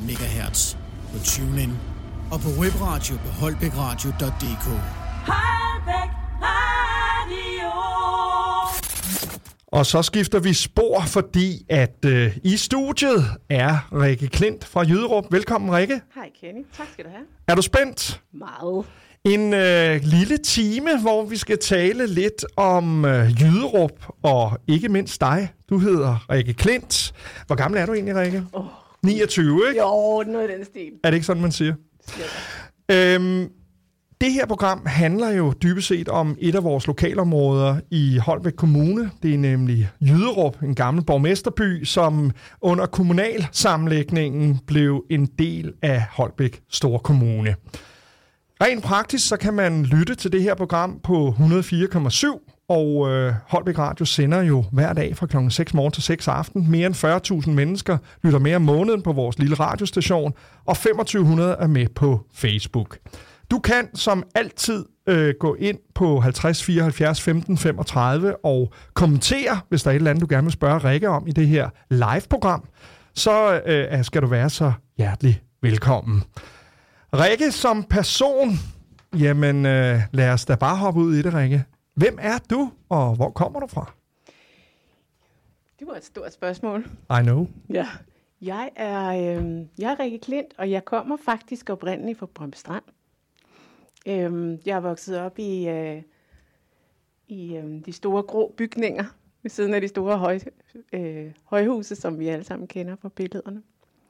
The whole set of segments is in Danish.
MHz på TuneIn og på webradio på holbækradio.dk. Holbæk Radio. Og så skifter vi spor, fordi at i studiet er Rikke Klint fra Jyderup. Velkommen, Rikke. Hej Kenny, tak skal du have. Er du spændt? Meget. En lille time, hvor vi skal tale lidt om Jyderup, og ikke mindst dig. Du hedder Rikke Klint. Hvor gammel er du egentlig, Rikke? 29, ikke? Jo, noget i den stil. Er det ikke sådan, man siger? Det her program handler jo dybest set om et af vores lokalområder i Holbæk Kommune. Det er nemlig Jyderup, en gammel borgmesterby, som under kommunalsammenlægningen blev en del af Holbæk Store Kommune. Rent praktisk så kan man lytte til det her program på 104,7, og Holbæk Radio sender jo hver dag fra kl. 6 morgen til 6 aften. Mere end 40.000 mennesker lytter mere om måneden på vores lille radiostation, og 2500 er med på Facebook. Du kan som altid gå ind på 50 74 15 35 og kommentere, hvis der er et eller andet, du gerne vil spørge Rikke om i det her live-program. Så skal du være så hjertelig velkommen. Rikke som person, jamen lad os da bare hoppe ud i det, Rikke. Hvem er du, og hvor kommer du fra? Det var et stort spørgsmål. I know. Ja. Jeg er Rikke Klint, og jeg kommer faktisk oprindeligt fra Brøndby-Strand. Jeg er vokset op i de store grå bygninger ved siden af de store højhuse, som vi alle sammen kender fra billederne.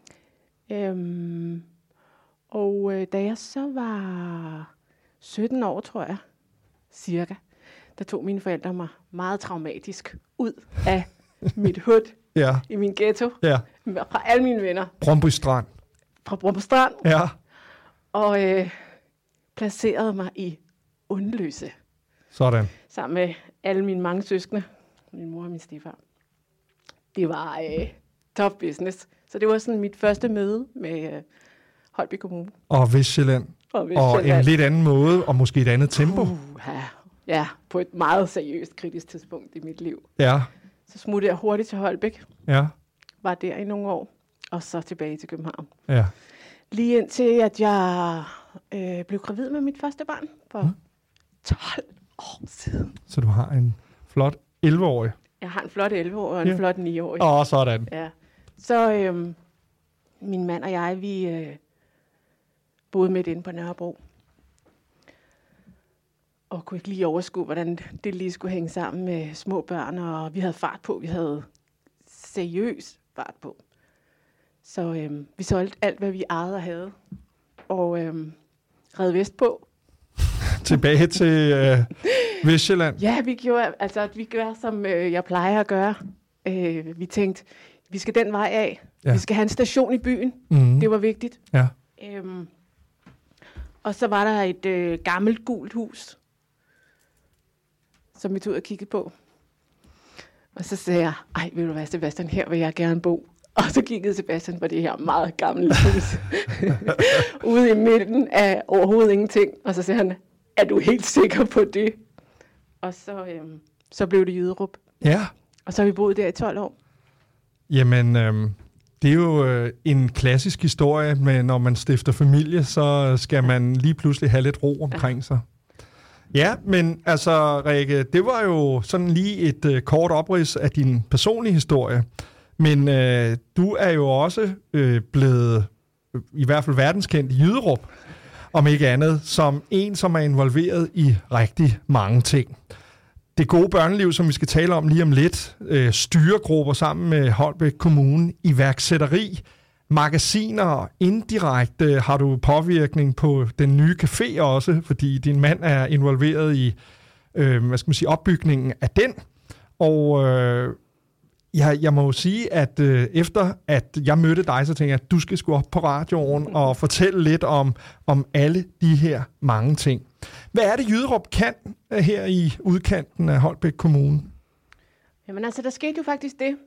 Da jeg så var 17 år, tror jeg, cirka, der tog mine forældre mig meget traumatisk ud af mit hud i min ghetto, fra alle mine venner. Brøndby-Strand. Fra Brøndby-Strand. Ja. Og placerede mig i Undløse. Sådan. Sammen med alle mine mange søskende. Min mor og min stefar. Det var tough business. Så det var sådan mit første møde med Holbæk Kommune. Og Vestsjælland. Og en lidt anden måde, og måske et andet tempo. Ja, på et meget seriøst kritisk tidspunkt i mit liv. Ja. Så smuttede jeg hurtigt til Holbæk. Ja. Var der i nogle år. Og så tilbage til København. Ja. Lige indtil, at jeg blev gravid med mit første barn for 12 år siden. Så du har en flot 11-årig? Jeg har en flot 11-årig og en flot 9-årig. Sådan. Ja. Så min mand og jeg, vi boede midt inde på Nørrebro. Og kunne ikke lige overskue, hvordan det lige skulle hænge sammen med små børn. Og vi havde fart på. Vi havde seriøs fart på. Så vi solgte alt, hvad vi ejede og havde. Og red vestpå. Tilbage til Vestsjælland? Ja, vi gjorde, som jeg plejer at gøre. Vi tænkte, vi skal den vej af. Ja. Vi skal have en station i byen. Mm-hmm. Det var vigtigt. Ja. Og så var der et gammelt gult hus, som vi tog ud og kiggede på. Og så sagde jeg, ved du hvad, Sebastian, her vil jeg gerne bo. Og så kiggede Sebastian på det her meget gamle hus. Ude i midten af overhovedet ingenting. Og så sagde han, er du helt sikker på det? Og så blev det Jyderup. Ja. Og så har vi boet der i 12 år. Jamen, det er jo en klassisk historie, men når man stifter familie, så skal man lige pludselig have lidt ro omkring sig. Ja, men altså, Rikke, det var jo sådan lige et kort oprids af din personlige historie. Men du er jo også blevet, i hvert fald verdenskendt i Jyderup, om ikke andet, som en, som er involveret i rigtig mange ting. Det gode børneliv, som vi skal tale om lige om lidt, styregrupper sammen med Holbæk Kommune, iværksætteri, magasiner, indirekte har du påvirkning på den nye café også, fordi din mand er involveret i opbygningen af den. Og jeg må jo sige, at efter at jeg mødte dig, så tænkte jeg, at du skal sgu op på radioen og fortælle lidt om alle de her mange ting. Hvad er det, Jyderup kan her i udkanten af Holbæk Kommune? Jamen altså, der skete jo faktisk det,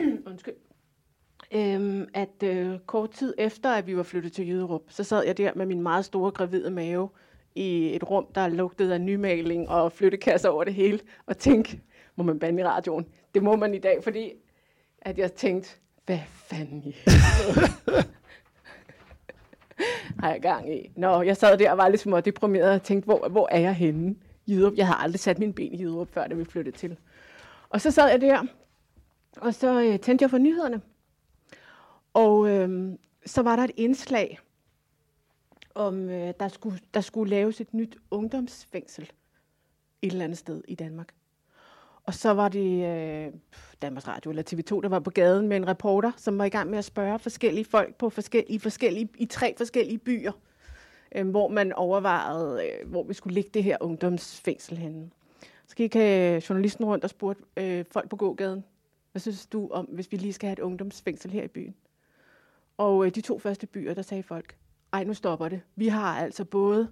at kort tid efter, at vi var flyttet til Jyderup, så sad jeg der med min meget store gravide mave i et rum, der lugtede af nymaling og flyttekasser over det hele, og tænkte, må man bande i radioen? Det må man i dag, fordi at jeg tænkte, hvad fanden i har jeg gang i. Nå, jeg sad der og var lidt små deprimeret og tænkte, hvor er jeg henne? Jyderup. Jeg har aldrig sat mine ben i Jyderup, før da vi flyttede til. Og så sad jeg der, og så tændte jeg for nyhederne. Og så var der et indslag om, der skulle laves et nyt ungdomsfængsel et eller andet sted i Danmark. Og så var det Danmarks Radio eller TV2, der var på gaden med en reporter, som var i gang med at spørge forskellige folk på i 3 forskellige byer, hvor man overvejede, hvor vi skulle lægge det her ungdomsfængsel henne. Så gik journalisten rundt og spurgte folk på gågaden, hvad synes du om, hvis vi lige skal have et ungdomsfængsel her i byen? Og de 2 første byer, der sagde folk, ej, nu stopper det. Vi har altså både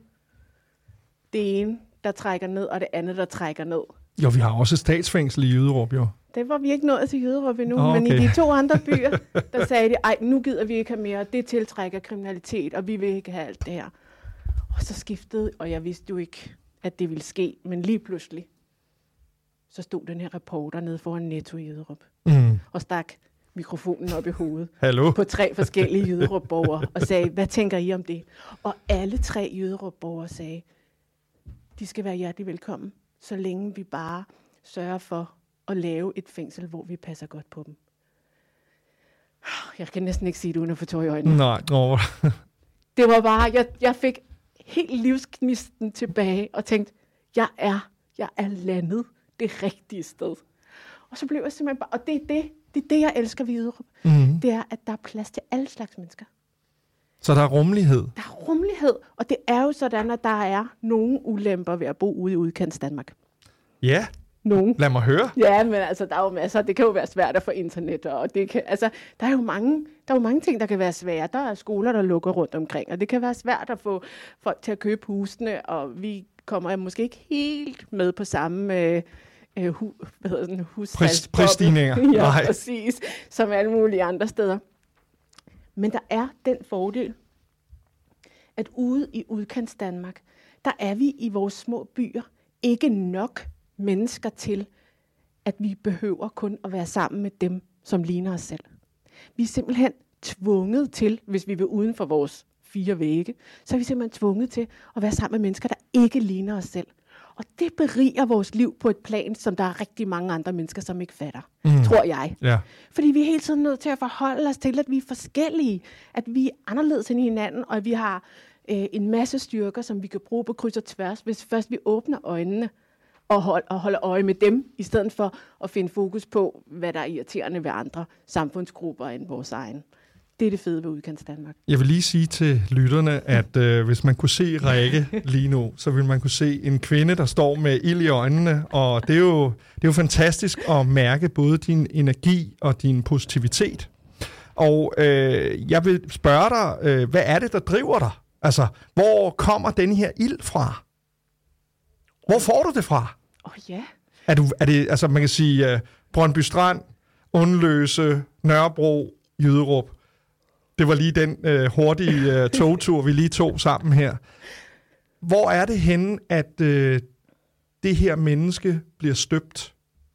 det ene, der trækker ned, og det andet, der trækker ned. Jo, vi har også et statsfængsel i Jyderup, jo. Det var vi ikke nået til Jyderup endnu, men i de 2 andre byer, der sagde de, ej, nu gider vi ikke have mere, det tiltrækker kriminalitet, og vi vil ikke have alt det her. Og så skiftede, og jeg vidste jo ikke, at det ville ske, men lige pludselig, så stod den her reporter nede foran Netto i Jyderup, og stak mikrofonen op i hovedet. Hallo? På 3 forskellige Jyderup-borgere, og sagde, hvad tænker I om det? Og alle 3 Jyderup-borgere sagde, de skal være hjertelig velkommen, så længe vi bare sørger for at lave et fængsel, hvor vi passer godt på dem. Jeg kan næsten ikke sige det uden at få tår i øjnene. Nej. Det var bare, jeg fik helt livsgnisten tilbage og tænkte, jeg er landet det rigtige sted. Og så blev jeg simpelthen bare, og det er det, jeg elsker ved Jyderup. Det er, at der er plads til alle slags mennesker. Så der er rummelighed? Der er rummelighed, og det er jo sådan, at der er nogle ulemper ved at bo ude i udkants Danmark. Ja, nogen. Lad mig høre. Ja, men altså, der er jo masser. Det kan jo være svært at få internet, og det kan, altså, der er jo mange ting, der kan være svære. Der er skoler, der lukker rundt omkring, og det kan være svært at få folk til at købe husene, og vi kommer måske ikke helt med på samme prisstigninger. Ja, nej. Præcis, som alle mulige andre steder. Men der er den fordel, at ude i udkants Danmark, der er vi i vores små byer ikke nok mennesker til, at vi behøver kun at være sammen med dem, som ligner os selv. Vi er simpelthen tvunget til, hvis vi vil uden for vores 4 vægge, så er vi simpelthen tvunget til at være sammen med mennesker, der ikke ligner os selv. Og det beriger vores liv på et plan, som der er rigtig mange andre mennesker, som ikke fatter, tror jeg. Ja. Fordi vi er hele tiden nødt til at forholde os til, at vi er forskellige, at vi er anderledes end hinanden, og at vi har en masse styrker, som vi kan bruge på kryds og tværs, hvis først vi åbner øjnene og holder øje med dem, i stedet for at finde fokus på, hvad der er irriterende ved andre samfundsgrupper end vores egen. Det er det fede ved udkants Danmark. Jeg vil lige sige til lytterne, at hvis man kunne se Rikke lige nu, så ville man kunne se en kvinde, der står med ild i øjnene, og det er jo fantastisk at mærke både din energi og din positivitet. Og jeg vil spørge dig, hvad er det, der driver dig? Altså, hvor kommer den her ild fra? Hvor får du det fra? Ja. Er det, altså man kan sige, Brøndby Strand, Undløse, Nørrebro, Jyderup. Det var lige den hurtige togtur, vi lige tog sammen her. Hvor er det henne, at det her menneske bliver støbt?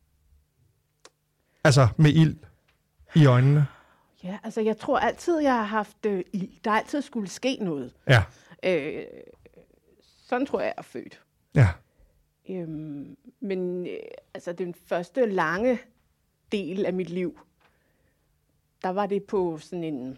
Altså med ild i øjnene. Ja, altså jeg tror altid, jeg har haft ild. Der altid skulle ske noget. Ja. Sådan tror jeg er født. Ja. Men altså den første lange del af mit liv, der var det på sådan en,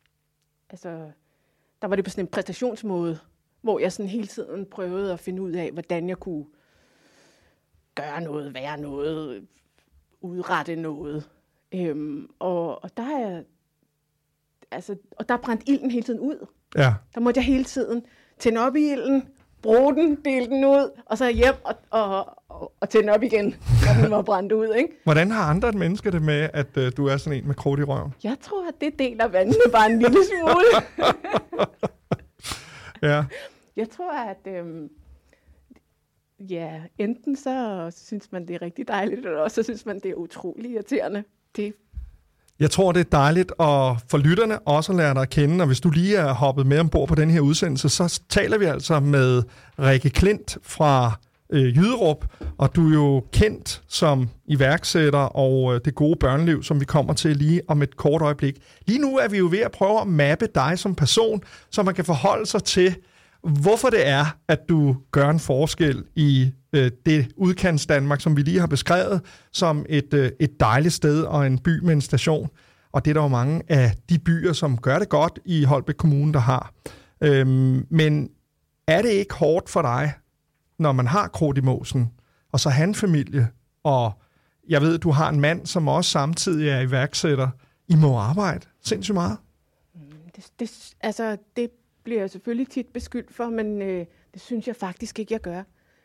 præstationsmåde, hvor jeg sådan hele tiden prøvede at finde ud af, hvordan jeg kunne gøre noget, være noget, udrette noget. Og der er jeg, og der brændte ilden hele tiden ud. Ja. Der måtte jeg hele tiden tænde op i ilden, bruge den, dele den ud, og så hjem og tænde op igen, når den var brændt ud, ikke? Hvordan har andre mennesker det med, at du er sådan en med krudt i røven? Jeg tror, at det deler vandene bare en lille smule. Ja. Jeg tror, at enten så synes man, det er rigtig dejligt, eller også så synes man, det er utrolig irriterende. Jeg tror, det er dejligt at for lytterne også at lære dig at kende, og hvis du lige er hoppet med ombord på den her udsendelse, så taler vi altså med Rikke Klint fra Jyderup, og du er jo kendt som iværksætter og det gode børneliv, som vi kommer til lige om et kort øjeblik. Lige nu er vi jo ved at prøve at mappe dig som person, så man kan forholde sig til, hvorfor det er, at du gør en forskel i det udkants Danmark, som vi lige har beskrevet, som et dejligt sted og en by med en station. Og det er der jo mange af de byer, som gør det godt i Holbæk Kommune, der har. Men er det ikke hårdt for dig, når man har Krog i Mosen, og så har en familie, og jeg ved, du har en mand, som også samtidig er iværksætter. I må arbejde sindssygt meget. Det bliver jeg selvfølgelig tit beskyldt for, men det synes jeg faktisk ikke, jeg gør.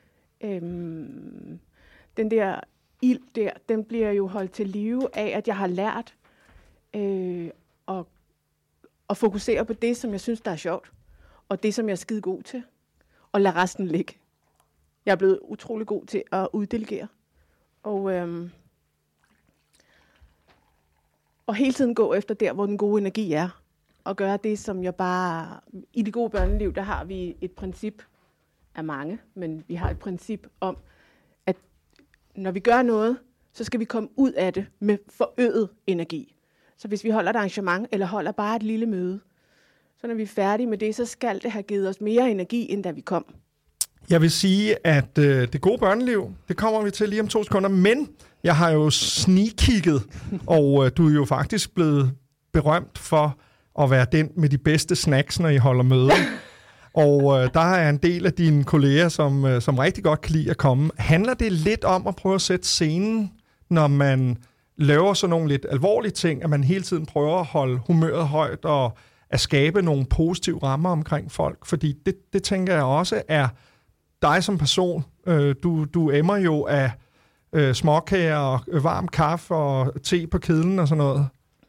Den der ild der, den bliver jo holdt til live af, at jeg har lært at fokusere på det, som jeg synes, der er sjovt, og det, som jeg er skide god til, og lade resten ligge. Jeg er blevet utrolig god til at uddelegere, og hele tiden gå efter der, hvor den gode energi er, og gøre det, som jeg bare... I det gode børneliv, der har vi et princip af mange, men vi har et princip om, at når vi gør noget, så skal vi komme ud af det med forøget energi. Så hvis vi holder et arrangement, eller holder bare et lille møde, så når vi er færdige med det, så skal det have givet os mere energi, end da vi kom. Jeg vil sige, at det gode børneliv, det kommer vi til lige om 2 sekunder, men jeg har jo sneakkigget, og du er jo faktisk blevet berømt for at være den med de bedste snacks, når I holder møder. Og der er en del af dine kolleger, som rigtig godt kan lide at komme. Handler det lidt om at prøve at sætte scenen, når man laver sådan nogle lidt alvorlige ting, at man hele tiden prøver at holde humøret højt og at skabe nogle positive rammer omkring folk? Fordi det tænker jeg også er dig som person. Du emmer jo af småkager og varm kaffe og te på kedlen og sådan noget.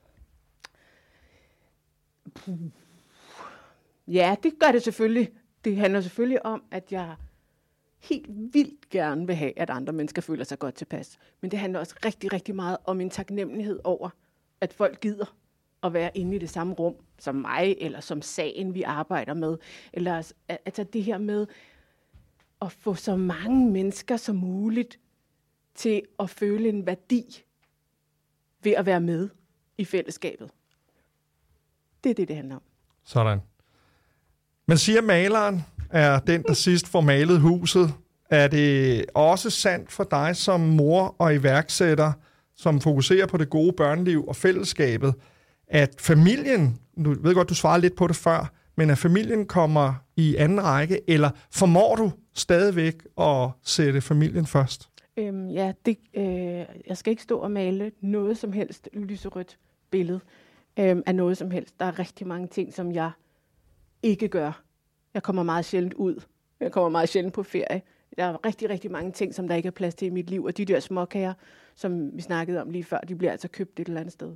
Ja, det gør det selvfølgelig. Det handler selvfølgelig om, at jeg helt vildt gerne vil have, at andre mennesker føler sig godt tilpas. Men det handler også rigtig, rigtig meget om en taknemmelighed over, at folk gider at være inde i det samme rum som mig, eller som sagen, vi arbejder med. Eller altså det her med at få så mange mennesker som muligt til at føle en værdi ved at være med i fællesskabet. Det er det handler om. Sådan. Man siger, at maleren er den, der sidst får malet huset. Er det også sandt for dig som mor og iværksætter, som fokuserer på det gode børneliv og fællesskabet, at familien, du ved godt, du svarede lidt på det før, men at familien kommer i anden række, eller formår du stadigvæk at sætte familien først? Jeg skal ikke stå og male noget som helst lyserødt billede af noget som helst. Der er rigtig mange ting, som jeg ikke gør. Jeg kommer meget sjældent ud. Jeg kommer meget sjældent på ferie. Der er rigtig, rigtig mange ting, som der ikke er plads til i mit liv. Og de der småkager, som vi snakkede om lige før, de bliver altså købt et eller andet sted.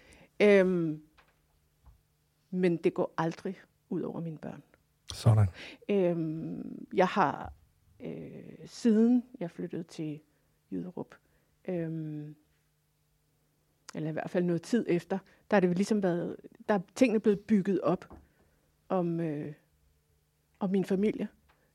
Men det går aldrig ud over mine børn. Sådan. Jeg har, siden jeg flyttede til Jyderup, eller i hvert fald noget tid efter, der er det ligesom været, der er tingene blevet bygget op om min familie.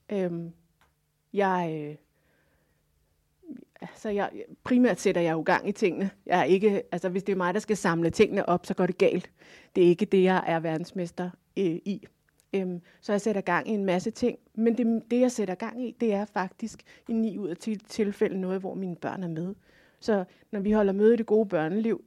Primært sætter jeg jo gang i tingene. Jeg er ikke, altså hvis det er mig, der skal samle tingene op, så går det galt. Det er ikke det, jeg er verdensmester i. Så jeg sætter gang i en masse ting, men det jeg sætter gang i, det er faktisk i 9 ud af 10 tilfælde noget, hvor mine børn er med. Så når vi holder møde i det gode børneliv,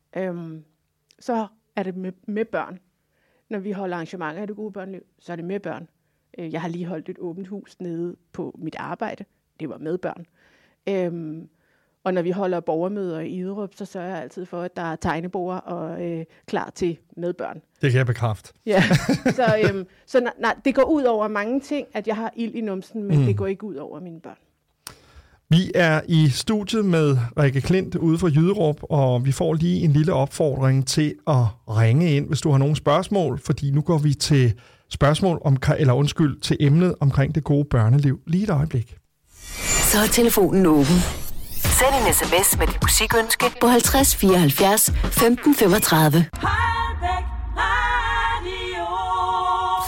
så er det med børn. Når vi holder arrangementer i det gode børneliv, så er det med børn. Jeg har lige holdt et åbent hus nede på mit arbejde. Det var med børn. Og når vi holder borgermøder i Jyderup, så sørger jeg altid for, at der er tegnebord og klar til med børn. Det kan jeg bekræfte. Ja, så det går ud over mange ting, at jeg har ild i numsen, men det går ikke ud over mine børn. Vi er i studiet med Rikke Klint ude fra Jyderup, og vi får lige en lille opfordring til at ringe ind, hvis du har nogle spørgsmål, fordi nu går vi til til emnet omkring det gode børneliv. Lige et øjeblik. Så er telefonen åben. Send en sms med dit musikønske på 50 74 15 35.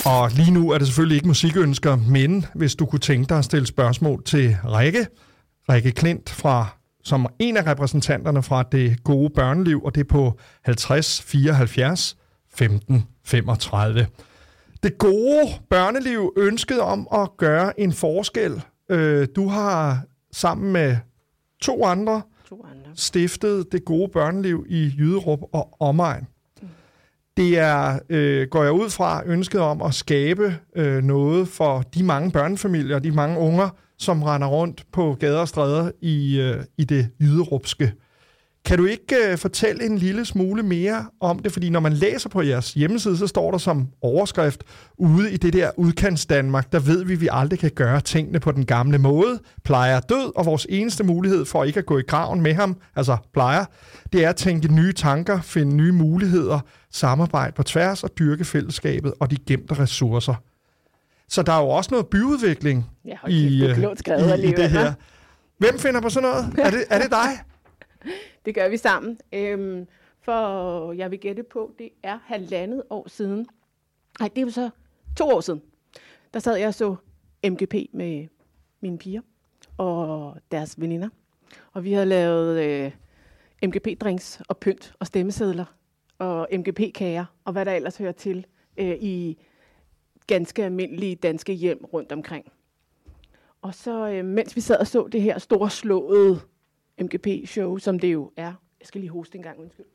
Og lige nu er det selvfølgelig ikke musikønsker, men hvis du kunne tænke dig at stille spørgsmål til Rikke Klint, som en af repræsentanterne fra Det Gode Børneliv, og det er på 50 74 15 35. Det Gode Børneliv ønskede om at gøre en forskel. Du har sammen med to andre stiftet Det Gode Børneliv i Jyderup og omegn. Det er, går jeg ud fra, ønsket om at skabe noget for de mange børnefamilier, de mange unger, som render rundt på gader og stræder i det jyderupske. Kan du ikke fortælle en lille smule mere om det? Fordi når man læser på jeres hjemmeside, så står der som overskrift, ude i det der udkantsdanmark, der ved vi aldrig kan gøre tingene på den gamle måde. Plejer død, og vores eneste mulighed for ikke at gå i graven med ham, altså plejer, det er at tænke nye tanker, finde nye muligheder, samarbejde på tværs og dyrke fællesskabet og de gemte ressourcer. Så der er jo også noget byudvikling i det her. Hvem finder på sådan noget? Er det dig? Det gør vi sammen. For jeg vil gætte på, det er 1,5 år siden. Nej, det er jo så 2 år siden. Der sad jeg og så MGP med mine piger og deres veninder. Og vi havde lavet MGP-drinks og pynt og stemmesedler og MGP-kager og hvad der ellers hører til i ganske almindelige danske hjem rundt omkring. Og så mens vi sad og så det her storslåede MGP-show, som det jo er. Jeg skal lige hoste en gang, undskyld.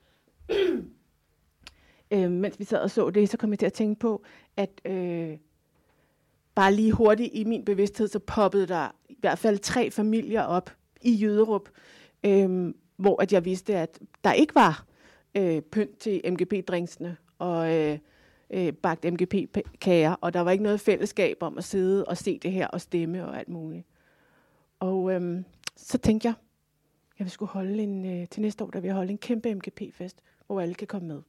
Mens vi sad og så det, så kom jeg til at tænke på, at bare lige hurtigt i min bevidsthed, så poppede der i hvert fald 3 familier op i Jyderup, hvor at jeg vidste, at der ikke var pynt til MGP-drinksene og bagt MGP-kager, og der var ikke noget fællesskab om at sidde og se det her og stemme og alt muligt. Og så tænkte jeg, jeg vil skulle holde til næste år, der vil jeg holde en kæmpe MGP-fest, hvor alle kan komme med.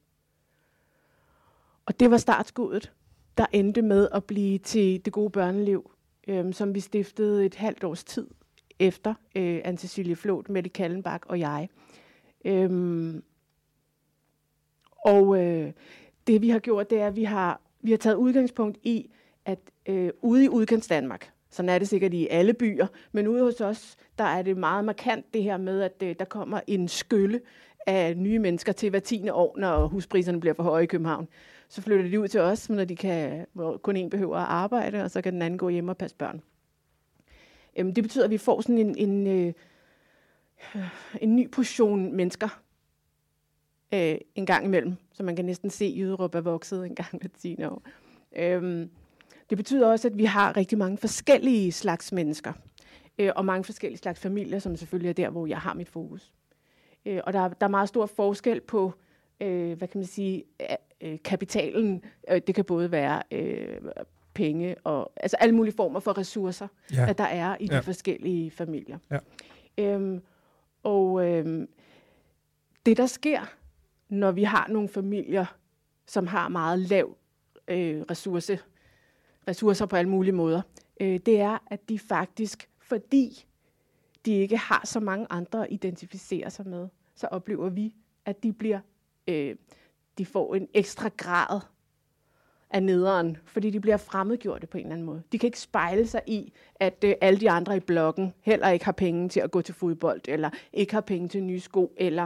Og det var startskuddet, der endte med at blive til Det Gode Børneliv, som vi stiftede et halvt års tid efter, Anne-Cecilie Flot, Mette Kallenbach og jeg. Det vi har gjort, det er, at vi har taget udgangspunkt i, at ude i udkantsdanmark, sådan er det sikkert i alle byer, men ude hos os, der er det meget markant det her med, at der kommer en skylle af nye mennesker til hver 10. år, når huspriserne bliver for høje i København. Så flytter de ud til os, hvor kun en behøver at arbejde, og så kan den anden gå hjem og passe børn. Det betyder, at vi får sådan en ny portion mennesker en gang imellem, så man kan næsten se, at Jyderup er vokset en gang hver 10. år. Det betyder også, at vi har rigtig mange forskellige slags mennesker, og mange forskellige slags familier, som selvfølgelig er der, hvor jeg har mit fokus. Og der er meget stor forskel på, hvad kan man sige, kapitalen. Det kan både være penge og altså alle mulige former for ressourcer, at der er i de forskellige familier. Ja. Det, der sker, når vi har nogle familier, som har meget lav ressourcer på alle mulige måder, det er, at de faktisk, fordi de ikke har så mange andre at identificere sig med, så oplever vi, at de får en ekstra grad af nederen, fordi de bliver fremmedgjorte på en eller anden måde. De kan ikke spejle sig i, at alle de andre i blokken heller ikke har penge til at gå til fodbold, eller ikke har penge til nye sko, eller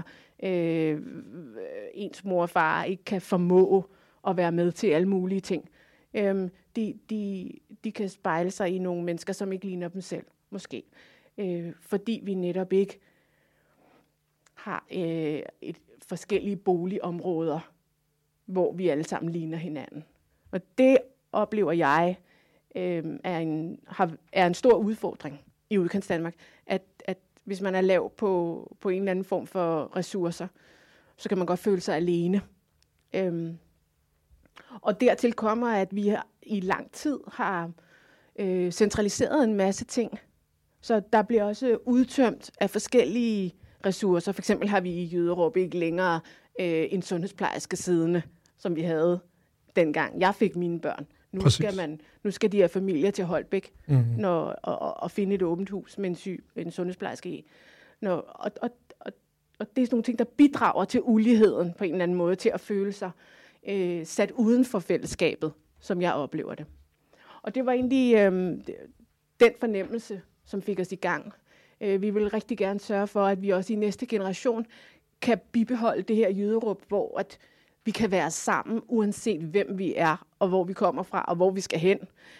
ens mor og far ikke kan formå at være med til alle mulige ting. De kan spejle sig i nogle mennesker, som ikke ligner dem selv, måske. Fordi vi netop ikke har et forskellige boligområder, hvor vi alle sammen ligner hinanden. Og det oplever jeg er en stor udfordring i udkantsdanmark, at hvis man er lav på en eller anden form for ressourcer, så kan man godt føle sig alene. Og dertil kommer, at vi i lang tid har centraliseret en masse ting, så der bliver også udtømt af forskellige ressourcer. For eksempel har vi i Jyderup ikke længere en sundhedsplejerske siddende, som vi havde dengang jeg fik mine børn. Nu skal de have familier til Holbæk og finde et åbent hus med en sundhedsplejerske i. Og det er sådan nogle ting, der bidrager til uligheden på en eller anden måde, til at føle sig sat uden for fællesskabet som jeg oplever det. Og det var egentlig den fornemmelse, som fik os i gang. Vi vil rigtig gerne sørge for, at vi også i næste generation kan bibeholde det her jyderåb, hvor at vi kan være sammen, uanset hvem vi er, og hvor vi kommer fra, og hvor vi skal hen.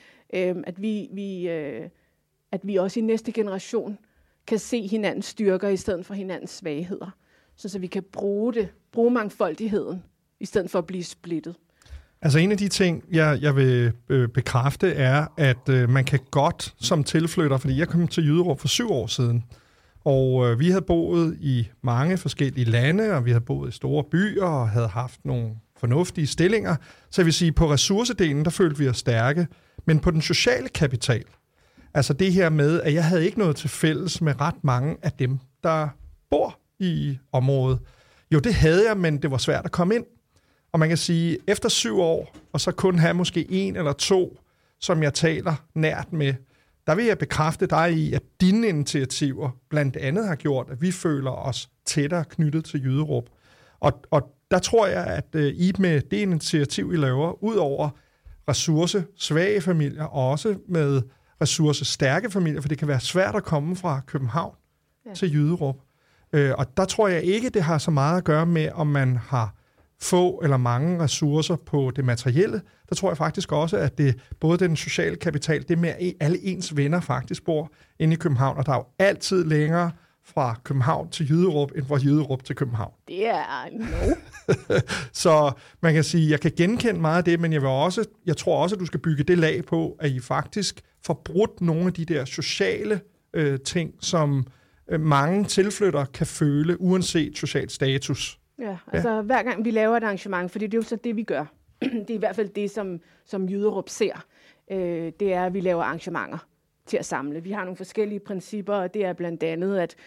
At vi også i næste generation kan se hinandens styrker i stedet for hinandens svagheder. Så vi kan bruge mangfoldigheden, i stedet for at blive splittet. Altså en af de ting, jeg vil bekræfte, er, at man kan godt som tilflytter, fordi jeg kom til Jyderup for 7 år siden, og vi havde boet i mange forskellige lande, og vi havde boet i store byer, og havde haft nogle fornuftige stillinger. Så jeg vil sige, på ressourcedelen, der følte vi os stærke, men på den sociale kapital, altså det her med, at jeg havde ikke noget til fælles med ret mange af dem, der bor i området. Jo, det havde jeg, men det var svært at komme ind. Og man kan sige, efter 7 år, og så kun have måske 1 eller 2, som jeg taler nært med, der vil jeg bekræfte dig i, at dine initiativer blandt andet har gjort, at vi føler os tættere knyttet til Jyderup. Og der tror jeg, at I med det initiativ, I laver, ud over ressourcesvage familier, og også med ressourcestærke familier, for det kan være svært at komme fra København til Jyderup. Og der tror jeg ikke, det har så meget at gøre med, om man har få eller mange ressourcer på det materielle. Der tror jeg faktisk også, at det både den sociale kapital, det med at alle ens venner faktisk bor inde i København, og der er jo altid længere fra København til Jyderup, end fra Jyderup til København. Det er Så man kan sige, jeg kan genkende meget af det, men jeg tror også, at du skal bygge det lag på, at I faktisk får brudt nogle af de der sociale ting, som mange tilflyttere kan føle, uanset social status. Ja, altså hver gang vi laver et arrangement, fordi det er jo så det, vi gør. Det er i hvert fald det, som Jyderup ser. Det er, at vi laver arrangementer til at samle. Vi har nogle forskellige principper, og det er blandt andet, at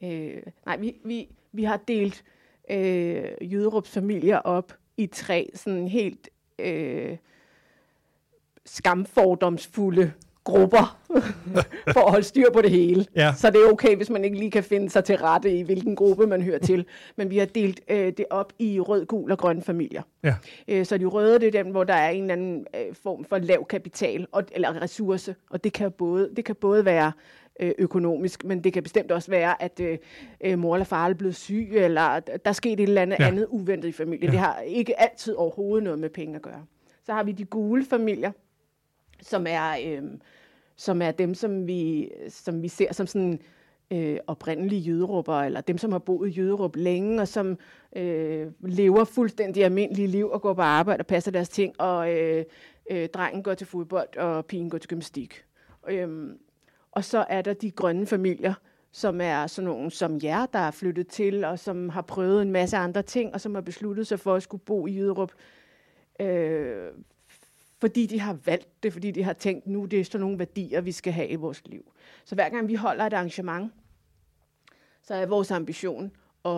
vi har delt Jyderups familier op i 3 sådan helt skamfordomsfulde grupper for at holde styr på det hele. Ja. Så det er okay, hvis man ikke lige kan finde sig til rette i, hvilken gruppe man hører til. Men vi har delt det op i rød, gul og grøn familier. Ja. Så de røde, det er dem, hvor der er en eller anden form for lav kapital eller ressource. Og det kan både være økonomisk, men det kan bestemt også være, at mor eller far er blevet syg, eller der skete et eller andet uventet i familien. Ja. Det har ikke altid overhovedet noget med penge at gøre. Så har vi de gule familier, som er dem, som vi ser som sådan oprindelige jyderupper, eller dem, som har boet i Jyderup længe, og som lever fuldstændig almindelige liv, og går på arbejde og passer deres ting, og drengen går til fodbold, og pigen går til gymnastik. Og så er der de grønne familier, som er sådan nogle som jer, der er flyttet til, og som har prøvet en masse andre ting, og som har besluttet sig for at skulle bo i Jyderup, fordi de har valgt det, fordi de har tænkt, nu det er sådan nogle værdier, vi skal have i vores liv. Så hver gang vi holder et arrangement, så er vores ambition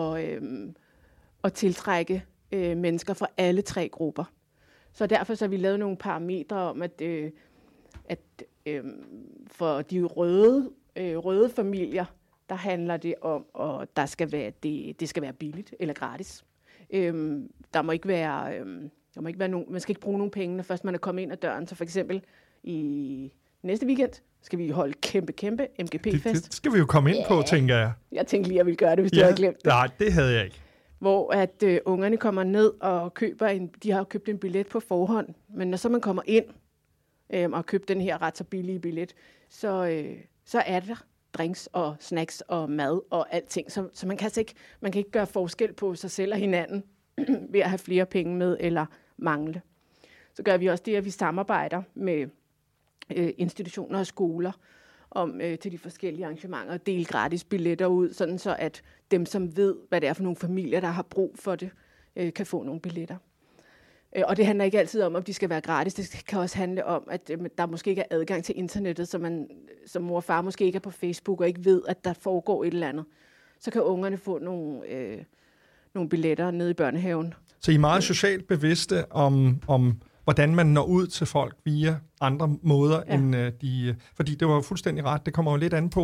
at tiltrække mennesker fra alle 3 grupper. Så derfor så har vi lavet nogle parametre om, at for de røde familier, der handler det om, at der skal være, det skal være billigt eller gratis. Der må ikke være nogen, man skal ikke bruge nogen penge, når først man er kommet ind ad døren. Så for eksempel i næste weekend skal vi holde kæmpe MGP-fest. Det skal vi jo komme ind på, tænker jeg. Jeg tænkte lige, at jeg ville gøre det, hvis du havde glemt det. Nej, det havde jeg ikke. Hvor at ungerne kommer ned og de har købt en billet på forhånd, men når så man kommer ind og har købt den her ret så billige billet, så er der drinks og snacks og mad og alting. Så man kan ikke gøre forskel på sig selv og hinanden ved at have flere penge med eller mangle. Så gør vi også det, at vi samarbejder med institutioner og skoler til de forskellige arrangementer og dele gratis billetter ud, sådan så at dem, som ved, hvad det er for nogle familier, der har brug for det, kan få nogle billetter. Og det handler ikke altid om, at de skal være gratis. Det kan også handle om, at der måske ikke er adgang til internettet, så man som mor og far måske ikke er på Facebook og ikke ved, at der foregår et eller andet. Så kan ungerne få nogle billetter nede i børnehaven. Så I er meget socialt bevidste om hvordan man når ud til folk via andre måder, end fordi det var fuldstændig ret. Det kommer jo lidt an på,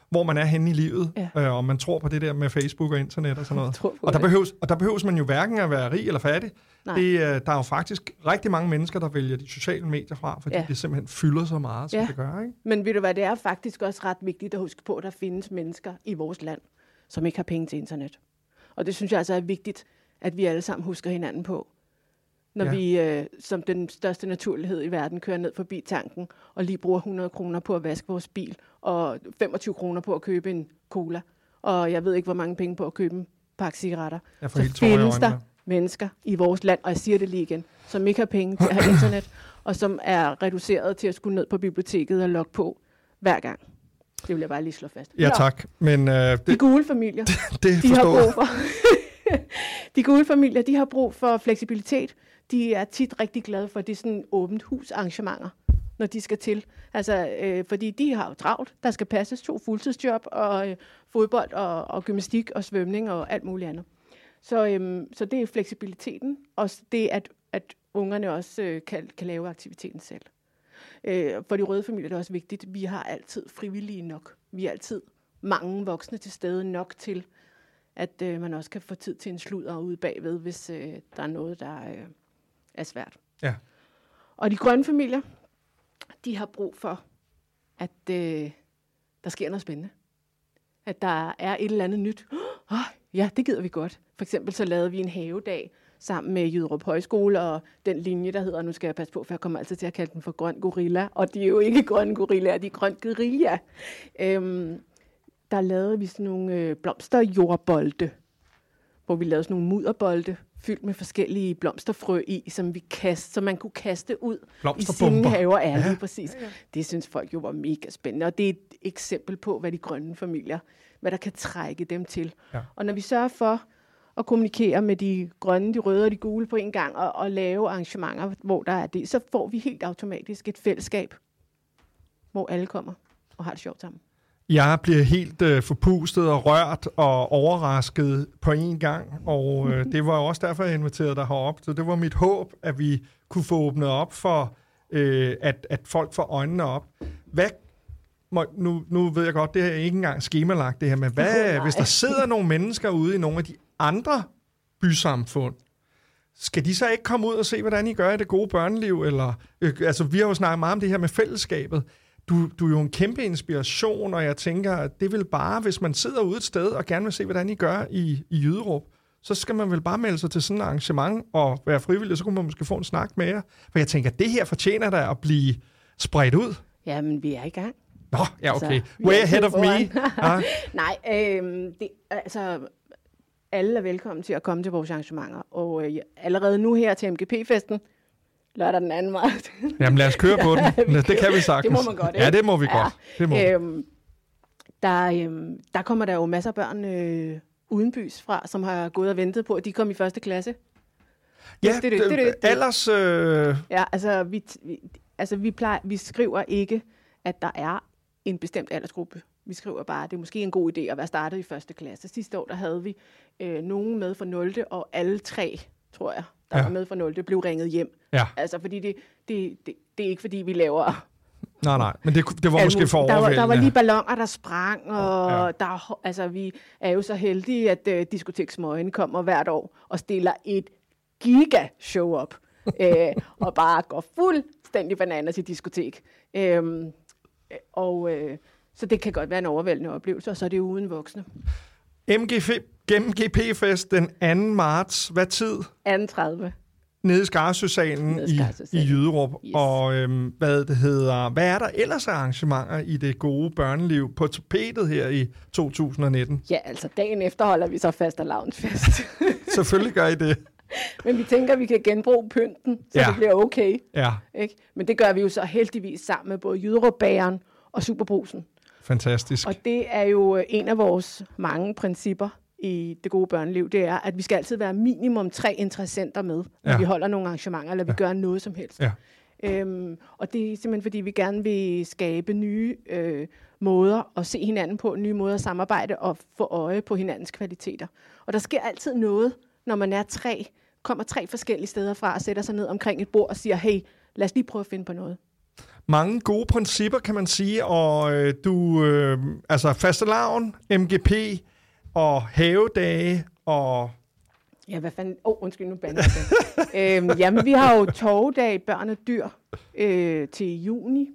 hvor man er henne i livet, og man tror på det der med Facebook og internet og sådan noget. Og der behøves man jo hverken at være rig eller fattig. Der er jo faktisk rigtig mange mennesker, der vælger de sociale medier fra, fordi det simpelthen fylder så meget, som det gør. Ikke? Men ved du hvad, det er faktisk også ret vigtigt at huske på, at der findes mennesker i vores land, som ikke har penge til internet. Og det synes jeg altså er vigtigt, at vi alle sammen husker hinanden på. Når vi som den største naturlighed i verden kører ned forbi tanken og lige bruger 100 kroner på at vaske vores bil og 25 kroner på at købe en cola. Og jeg ved ikke, hvor mange penge på at købe en pakke cigaretter. Så findes der mennesker i vores land, og jeg siger det lige igen, som ikke har penge til at have internet, og som er reduceret til at skulle ned på biblioteket og logge på hver gang. Det vil jeg bare lige slå fast. Ja, tak. Men, de gule familier, de har brug for... De gule familier, de har brug for fleksibilitet. De er tit rigtig glade for, det sådan åbent hus arrangementer, når de skal til. Altså, fordi de har jo travlt. Der skal passes 2 fuldtidsjob, og fodbold, og gymnastik, og svømning, og alt muligt andet. Så det er fleksibiliteten, og det at ungerne også kan lave aktiviteten selv. For de røde familier er det også vigtigt. Vi har altid frivillige nok. Vi er altid mange voksne til stede nok til, at man også kan få tid til en sludder ude bagved, hvis der er noget, der er svært. Ja. Og de grønne familier, de har brug for, at der sker noget spændende. At der er et eller andet nyt. Ja, det gider vi godt. For eksempel så lavede vi en havedag sammen med Jyderup Højskole og den linje, der hedder, nu skal jeg passe på, for jeg kommer altid til at kalde den for grøn gorilla, og de er jo ikke grønne gorillaer, de er grøn guerilla. Der lavede vi sådan nogle blomsterjordbolde, hvor vi lavede sådan nogle mudderbolde, fyldt med forskellige blomsterfrø i, som man kunne kaste ud i sine haver. Ja, lige præcis. Ja. Det synes folk jo var mega spændende, og det er et eksempel på, hvad de grønne familier, hvad der kan trække dem til. Ja. Og når vi sørger for at kommunikere med de grønne, de røde og de gule på en gang, og lave arrangementer, hvor der er det, så får vi helt automatisk et fællesskab, hvor alle kommer og har det sjovt sammen. Jeg bliver helt forpustet og rørt og overrasket på en gang, og det var også derfor, jeg inviterede dig herop. Så det var mit håb, at vi kunne få åbnet op for, at folk får øjnene op. Nu ved jeg godt, det er ikke engang skemalagt det her, men hvis der sidder nogle mennesker ude i nogle af de andre bysamfund, skal de så ikke komme ud og se, hvordan I gør i det gode børneliv? Eller, altså, vi har jo snakket meget om det her med fællesskabet. Du er jo en kæmpe inspiration, og jeg tænker, at det vil bare, hvis man sidder ude et sted og gerne vil se, hvordan I gør i Jyderup, så skal man vel bare melde sig til sådan et arrangement og være frivillig, så kunne man måske få en snak med jer. For jeg tænker, at det her fortjener da at blive spredt ud. Jamen, vi er i gang. Nå, ja, okay. Altså, way ahead of me. Nej, alle er velkommen til at komme til vores arrangementer, og allerede nu her til MGP-festen, lørdag den 2. marts. Jamen lad os køre på den. Det kan vi sagtens. Det må man godt, ikke? Ja, det må vi godt. Det må der kommer der jo masser af børn udenbys fra, som har gået og ventet på, at de kom i 1. klasse. Ja, alders... Ja, altså vi skriver ikke, at der er en bestemt aldersgruppe. Vi skriver bare, at det er måske en god idé at være startet i 1. klasse. Sidste år, der havde vi nogen med fra 0. og alle 3, tror jeg, der var med fra 0. blev ringet hjem. Ja. Altså, fordi det er ikke, fordi vi laver... Nej, men det var måske for overvældende. Der var lige balloner, der sprang, og vi er jo så heldige, at Diskotek Smøgen kommer hvert år og stiller et giga-show op, og bare går fuldstændig bananas i diskotek. Så det kan godt være en overvældende oplevelse, og så er det uden voksne. MGP-fest den 2. marts. Hvad tid? 2.30. Nede i Skarsøsalen i Jyderup. Yes. Og hvad er der ellers af arrangementer i det gode børneliv på tapetet her i 2019? Ja, altså dagen efter holder vi så fastelavnsfest. Selvfølgelig gør I det. Men vi tænker, at vi kan genbruge pynten, så det bliver okay. Ja. Ikke? Men det gør vi jo så heldigvis sammen med både Jyderup-bageren og Superbrusen. Fantastisk. Og det er jo en af vores mange principper i det gode børneliv, det er, at vi skal altid være minimum 3 interessenter med, når vi holder nogle arrangementer, eller vi gør noget som helst. Ja. Og det er simpelthen, fordi vi gerne vil skabe nye måder at se hinanden på, nye måder at samarbejde og få øje på hinandens kvaliteter. Og der sker altid noget, når man er kommer 3 forskellige steder fra og sætter sig ned omkring et bord og siger, hey, lad os lige prøve at finde på noget. mange gode principper, kan man sige, og du, altså fastelavn, MGP og havedage og... Ja, hvad fanden... undskyld, nu bander jeg. Jamen, vi har jo torvedag, børn og dyr, til juni.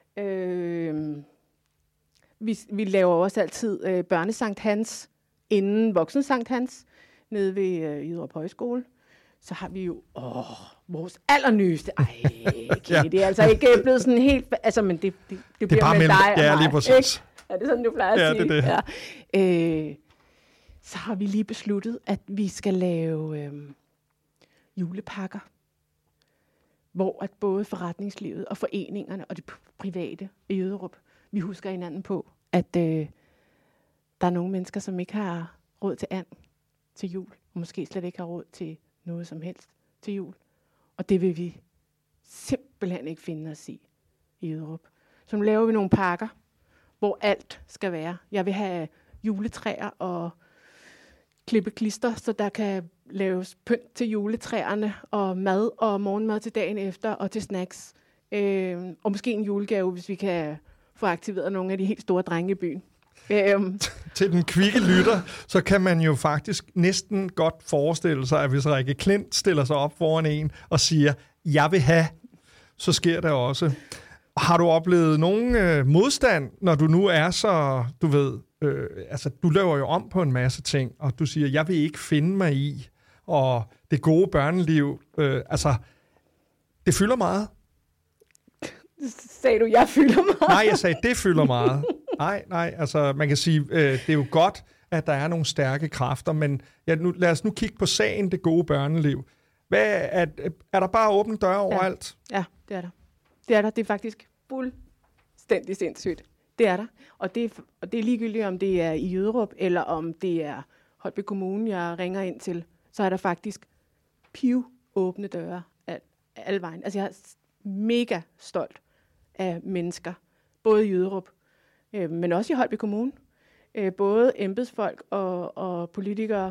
Vi laver også altid børnesankt Hans inden voksen Sankt Hans, nede ved Jyderup Højskole. Så har vi jo vores allernyeste. Okay, det er altså ikke blevet sådan helt... Altså, men det bliver bare med dig og mig. Ja, lige præcis. Er det sådan, du plejer at sige? Det er det. Ja. Så har vi lige besluttet, at vi skal lave julepakker, hvor at både forretningslivet og foreningerne og det private i Jyderup, vi husker hinanden på, at der er nogle mennesker, som ikke har råd til and til jul, og måske slet ikke har råd til noget som helst til jul. Og det vil vi simpelthen ikke finde os i Jyderup. Så nu laver vi nogle pakker, hvor alt skal være. Jeg vil have juletræer og klippe klister, så der kan laves pynt til juletræerne, og mad og morgenmad til dagen efter, og til snacks. Og måske en julegave, hvis vi kan få aktiveret nogle af de helt store drenge i byen. Til den kvikke lytter, så kan man jo faktisk næsten godt forestille sig, at hvis Rikke Klint stiller sig op foran en og siger, jeg vil have, så sker det også. Har du oplevet nogen modstand, når du nu er så, du ved, altså du laver jo om på en masse ting, og du siger, jeg vil ikke finde mig i, og det gode børneliv, altså, det fylder meget. Sagde du, jeg fylder meget? Nej, jeg sagde, det fylder meget. Nej, altså man kan sige, det er jo godt, at der er nogle stærke kræfter, men lad os nu kigge på sagen, det gode børneliv. Er der bare åbne døre overalt? Ja, det er der. Det er der. Det er faktisk fuldstændig sindssygt. Det er der. Og det er ligegyldigt, om det er i Jyderup, eller om det er Holbæk Kommune, jeg ringer ind til, så er der faktisk åbne døre alle vejen. Altså jeg er mega stolt af mennesker, både i Jyderup, men også i Holbæk Kommune. Både embedsfolk og politikere,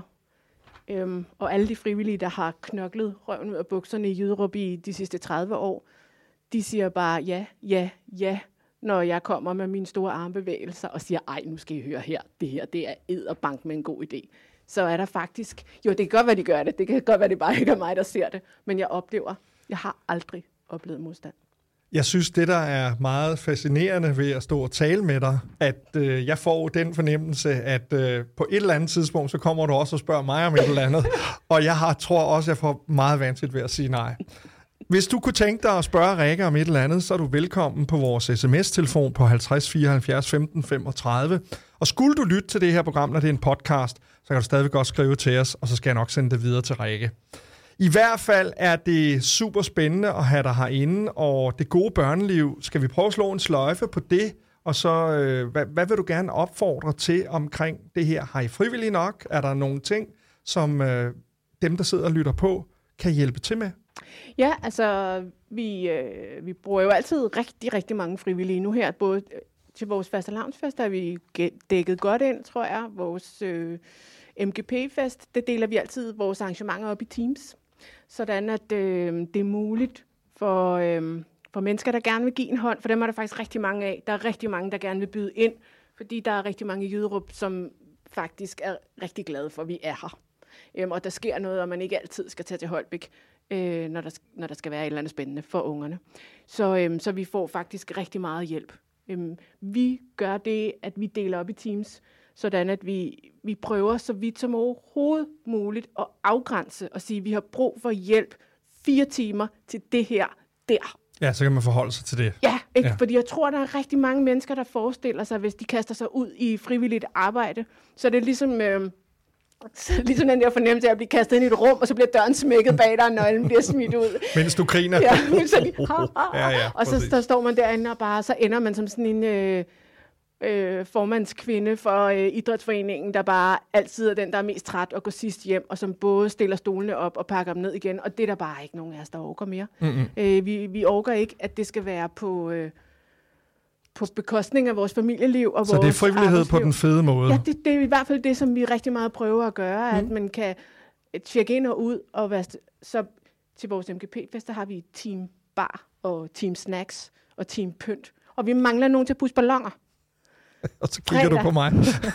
og alle de frivillige, der har knoklet røven ud af bukserne i Jyderup i de sidste 30 år, de siger bare ja, når jeg kommer med mine store armbevægelser og siger, ej, nu skal I høre her, det er edderbank med en god idé. Så er der faktisk, jo, det kan godt være, de gør det, det kan godt være, det bare ikke er mig, der ser det, men jeg har aldrig oplevet modstand. Jeg synes, det der er meget fascinerende ved at stå og tale med dig, at jeg får den fornemmelse, at på et eller andet tidspunkt, så kommer du også og spørger mig om et eller andet, og tror også, jeg får meget vanskeligt ved at sige nej. Hvis du kunne tænke dig at spørge Rikke om et eller andet, så er du velkommen på vores sms-telefon på 50 74 15 35. Og skulle du lytte til det her program, når det er en podcast, så kan du stadigvæk godt skrive til os, og så skal jeg nok sende det videre til Rikke. I hvert fald er det super spændende at have dig herinde, og det gode børneliv, skal vi prøve at slå en sløjfe på det, og så hvad vil du gerne opfordre til omkring det her? Har I frivillige nok? Er der nogle ting, som dem, der sidder og lytter på, kan hjælpe til med? Ja, altså vi bruger jo altid rigtig, rigtig mange frivillige nu her, både til vores fastelavnsfest, der er vi dækket godt ind, tror jeg. Vores MGP-fest, det deler vi altid vores arrangementer op i teams, sådan at det er muligt for mennesker, der gerne vil give en hånd, for dem er der faktisk rigtig mange af. Der er rigtig mange, der gerne vil byde ind, fordi der er rigtig mange i Jyderup, som faktisk er rigtig glade for, at vi er her. Og der sker noget, og man ikke altid skal tage til Holbæk, når der skal være et eller andet spændende for ungerne. Så vi får faktisk rigtig meget hjælp. Vi gør det, at vi deler op i teams, sådan at vi prøver så vidt som overhovedet muligt at afgrænse og sige, at vi har brug for hjælp 4 timer til det her der. Ja, så kan man forholde sig til det. Ja, ikke? Ja. Fordi jeg tror, der er rigtig mange mennesker, der forestiller sig, hvis de kaster sig ud i frivilligt arbejde, så det er ligesom den der fornemmelse af at blive kastet ind i et rum, og så bliver døren smækket bag dig, og nøglen bliver smidt ud. Mens du griner. Ja, så og så står man derinde, og bare så ender man som sådan en formandskvinde for idrætsforeningen, der bare altid er den, der er mest træt og går sidst hjem, og som både stiller stolene op og pakker dem ned igen, og det er der bare ikke nogen af os, der orker mere. Vi orker ikke, at det skal være på bekostning af vores familieliv og så vores det er frivillighed på den fede måde? Ja, det er i hvert fald det, som vi rigtig meget prøver at gøre, at man kan tjekke ind og ud, og så til vores MGP-fest, der har vi team bar og team snacks, og Team Pynt. Og vi mangler nogen til at pusse balloner. Og så kigger du på mig.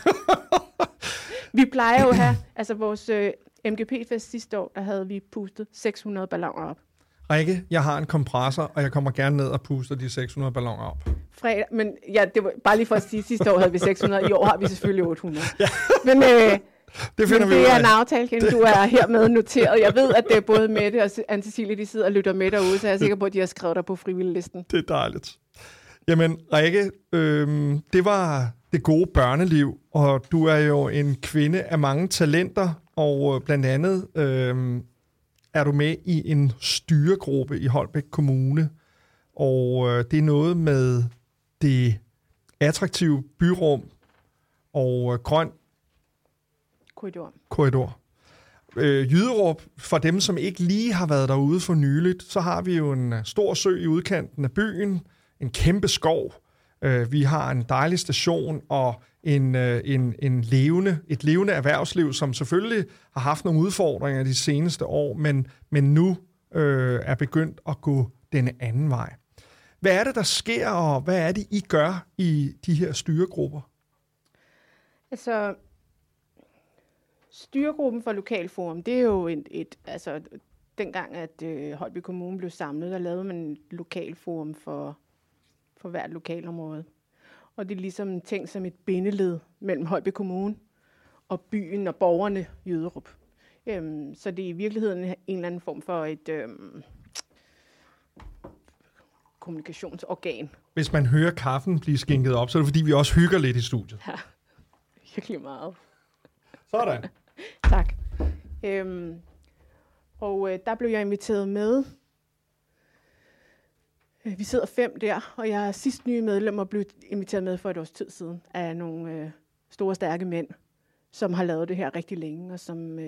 Vi plejer jo at have, altså vores MGP-fest sidste år, der havde vi pustet 600 balloner op. Rikke, jeg har en kompressor, og jeg kommer gerne ned og puster de 600 balloner op. Fredag, men ja, det var bare lige for at sige, sidste år havde vi 600, i år har vi selvfølgelig 800. Ja. Men det er en aftale, Ken. Du er hermed noteret. Jeg ved, at det er både Mette og Anne-Cecilie, de sidder og lytter med derude, så jeg er sikker på, at de har skrevet dig på frivilliglisten. Det er dejligt. Jamen, Rikke, det var det gode børneliv, og du er jo en kvinde af mange talenter, og blandt andet er du med i en styregruppe i Holbæk Kommune, og det er noget med det attraktive byrum og grøn korridor. Jyderup, for dem, som ikke lige har været derude for nyligt, så har vi jo en stor sø i udkanten af byen, en kæmpe skov. Vi har en dejlig station og et levende erhvervsliv, som selvfølgelig har haft nogle udfordringer de seneste år, men nu er begyndt at gå den anden vej. Hvad er det, der sker, og hvad er det, I gør i de her styregrupper? Altså, styregruppen for Lokalforum, det er jo dengang, at Holbæk Kommune blev samlet, der lavede man et lokalforum for hvert lokalområde. Og det er ligesom tænkt som et bindeled mellem Holbæk Kommune og byen og borgerne i Jyderup. Så det er i virkeligheden en eller anden form for et kommunikationsorgan. Hvis man hører kaffen blive skænket op, så er det fordi, vi også hygger lidt i studiet. Ja, virkelig meget. Sådan. Tak. Der blev jeg inviteret med. Vi sidder 5 der, og jeg er sidst nye medlem og blev inviteret med for et års tid siden af nogle store, stærke mænd, som har lavet det her rigtig længe, og som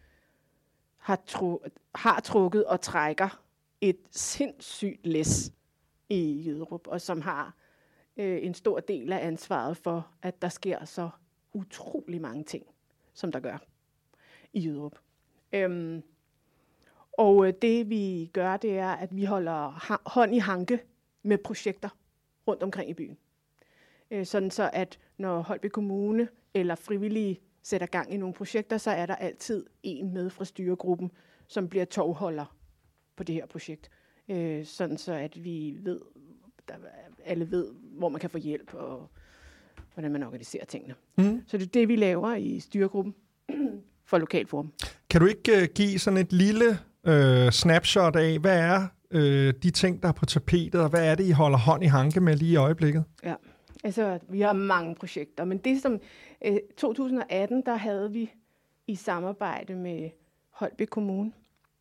har trukket og trækker et sindssygt læs i Jyderup, og som har en stor del af ansvaret for, at der sker så utrolig mange ting, som der gør i Jyderup. Og det vi gør, det er, at vi holder hånd i hanke med projekter rundt omkring i byen. Sådan så, at når Holbæk Kommune eller frivillige sætter gang i nogle projekter, så er der altid en med fra styregruppen, som bliver tovholder på det her projekt. Sådan så, at vi ved, alle ved, hvor man kan få hjælp og hvordan man organiserer tingene. Så det er det, vi laver i styregruppen for Lokalforum. Kan du ikke give sådan et lille snapshot af, hvad er de ting, der er på tapetet, og hvad er det, I holder hånd i hanke med lige i øjeblikket? Ja, altså vi har mange projekter, men det som 2018, der havde vi i samarbejde med Holbæk Kommune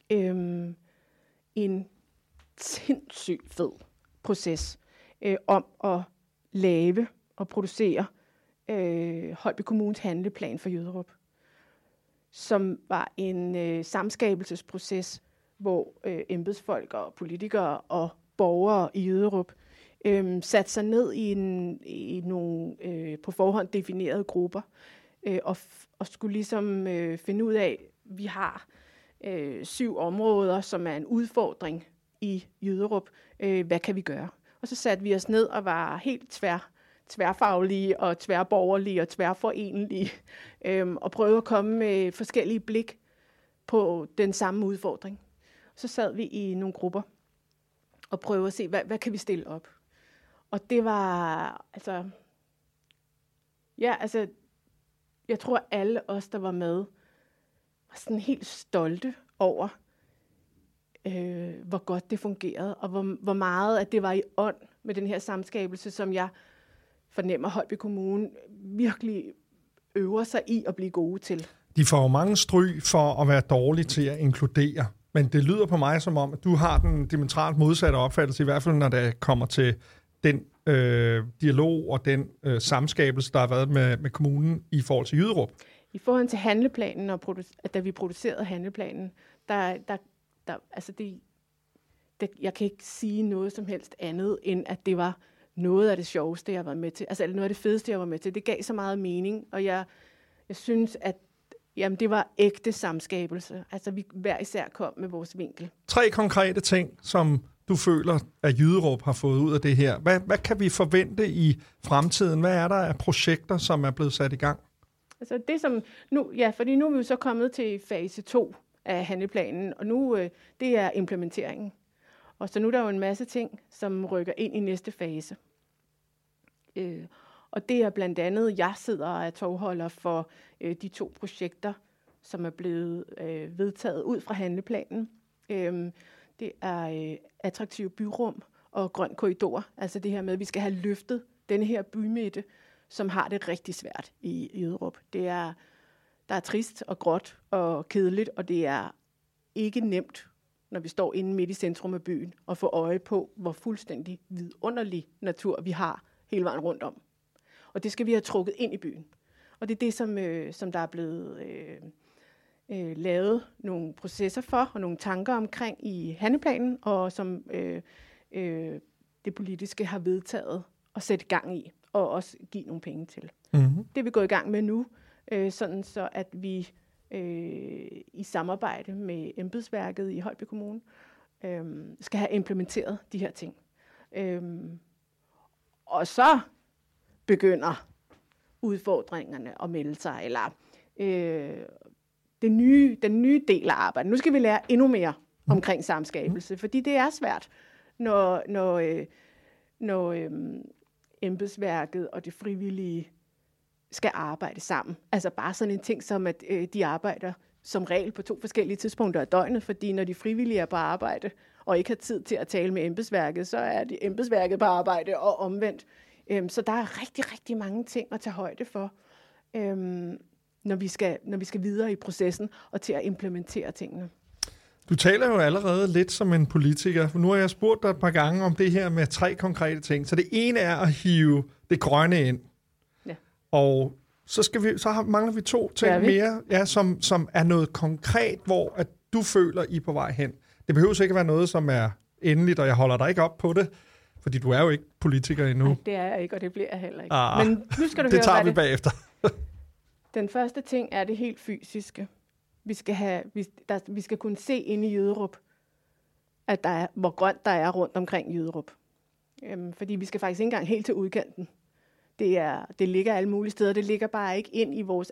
en sindssygt fed proces om at lave og producere Holbæk Kommunes handleplan for Jyderup, som var en samskabelsesproces, hvor embedsfolk og politikere og borgere i Jyderup satte sig ned i nogle på forhånd definerede grupper og skulle ligesom finde ud af, vi har 7 områder, som er en udfordring i Jyderup. Hvad kan vi gøre? Og så satte vi os ned og var helt tværfaglige og tværborgerlige og tværforenelige og prøvede at komme med forskellige blik på den samme udfordring. Så sad vi i nogle grupper og prøvede at se, hvad kan vi stille op? Og det var, jeg tror alle os, der var med, var sådan helt stolte over, hvor godt det fungerede, og hvor meget at det var i ånd med den her samskabelse, som jeg fornemmer Holbæk Kommune virkelig øver sig i at blive gode til. De får jo mange stryg for at være dårlige til at inkludere, men det lyder på mig som om, at du har den diametralt modsatte opfattelse, i hvert fald når det kommer til den dialog og den samskabelse, der har været med kommunen i forhold til Jyderup. I forhold til handleplanen, og da vi producerede handleplanen, jeg kan ikke sige noget som helst andet, end at det var noget af det sjoveste, jeg var med til. Altså noget af det fedeste, jeg var med til. Det gav så meget mening, og jeg synes, at det var ægte samskabelse. Altså vi hver især kom med vores vinkel. 3 konkrete ting, som du føler, at Jyderup har fået ud af det her? Hvad kan vi forvente i fremtiden? Hvad er der af projekter, som er blevet sat i gang? Altså det som nu, ja, fordi nu er vi jo så kommet til fase 2 af handleplanen, og nu det er implementeringen. Og så nu er der jo en masse ting, som rykker ind i næste fase. Og det er blandt andet, jeg sidder og er tovholder for de 2 projekter, som er blevet vedtaget ud fra handleplanen. Det er attraktive byrum og grøn korridor. Altså det her med, at vi skal have løftet denne her bymidte, som har det rigtig svært i Jyderup. Der er trist og gråt og kedeligt, og det er ikke nemt, når vi står inde midt i centrum af byen, og få øje på, hvor fuldstændig vidunderlig natur vi har hele vejen rundt om. Og det skal vi have trukket ind i byen. Og det er det, som der er blevet lavet nogle processer for, og nogle tanker omkring i handleplanen, og som det politiske har vedtaget at sætte gang i, og også give nogle penge til. Mm-hmm. Det er vi gået i gang med nu, sådan så at vi i samarbejde med embedsværket i Holbæk Kommune skal have implementeret de her ting. Og så begynder udfordringerne at melde sig, eller den nye del af arbejdet. Nu skal vi lære endnu mere omkring samskabelse, fordi det er svært, når embedsværket og det frivillige skal arbejde sammen. Altså bare sådan en ting som, at de arbejder som regel på 2 forskellige tidspunkter af døgnet, fordi når de frivillige er på arbejde og ikke har tid til at tale med embedsværket, så er det embedsværket på arbejde og omvendt. Så der er rigtig, rigtig mange ting at tage højde for, når vi skal videre i processen og til at implementere tingene. Du taler jo allerede lidt som en politiker. Nu har jeg spurgt dig et par gange om det her med 3 konkrete ting. Så det ene er at hive det grønne ind. Ja. Og så mangler vi 2 ting mere, ja, som er noget konkret, hvor at du føler, I er på vej hen. Det behøver ikke være noget, som er endeligt, og jeg holder dig ikke op på det, fordi du er jo ikke politiker endnu. Nej, det er jeg ikke, og det bliver jeg heller ikke. Men nu skal du det tager vi bagefter. Den første ting er det helt fysiske. Vi skal kunne se inde i Jyderup, at hvor grønt der er rundt omkring Jyderup. Fordi vi skal faktisk ikke engang helt til udkanten. Det ligger alle mulige steder. Det ligger bare ikke ind i vores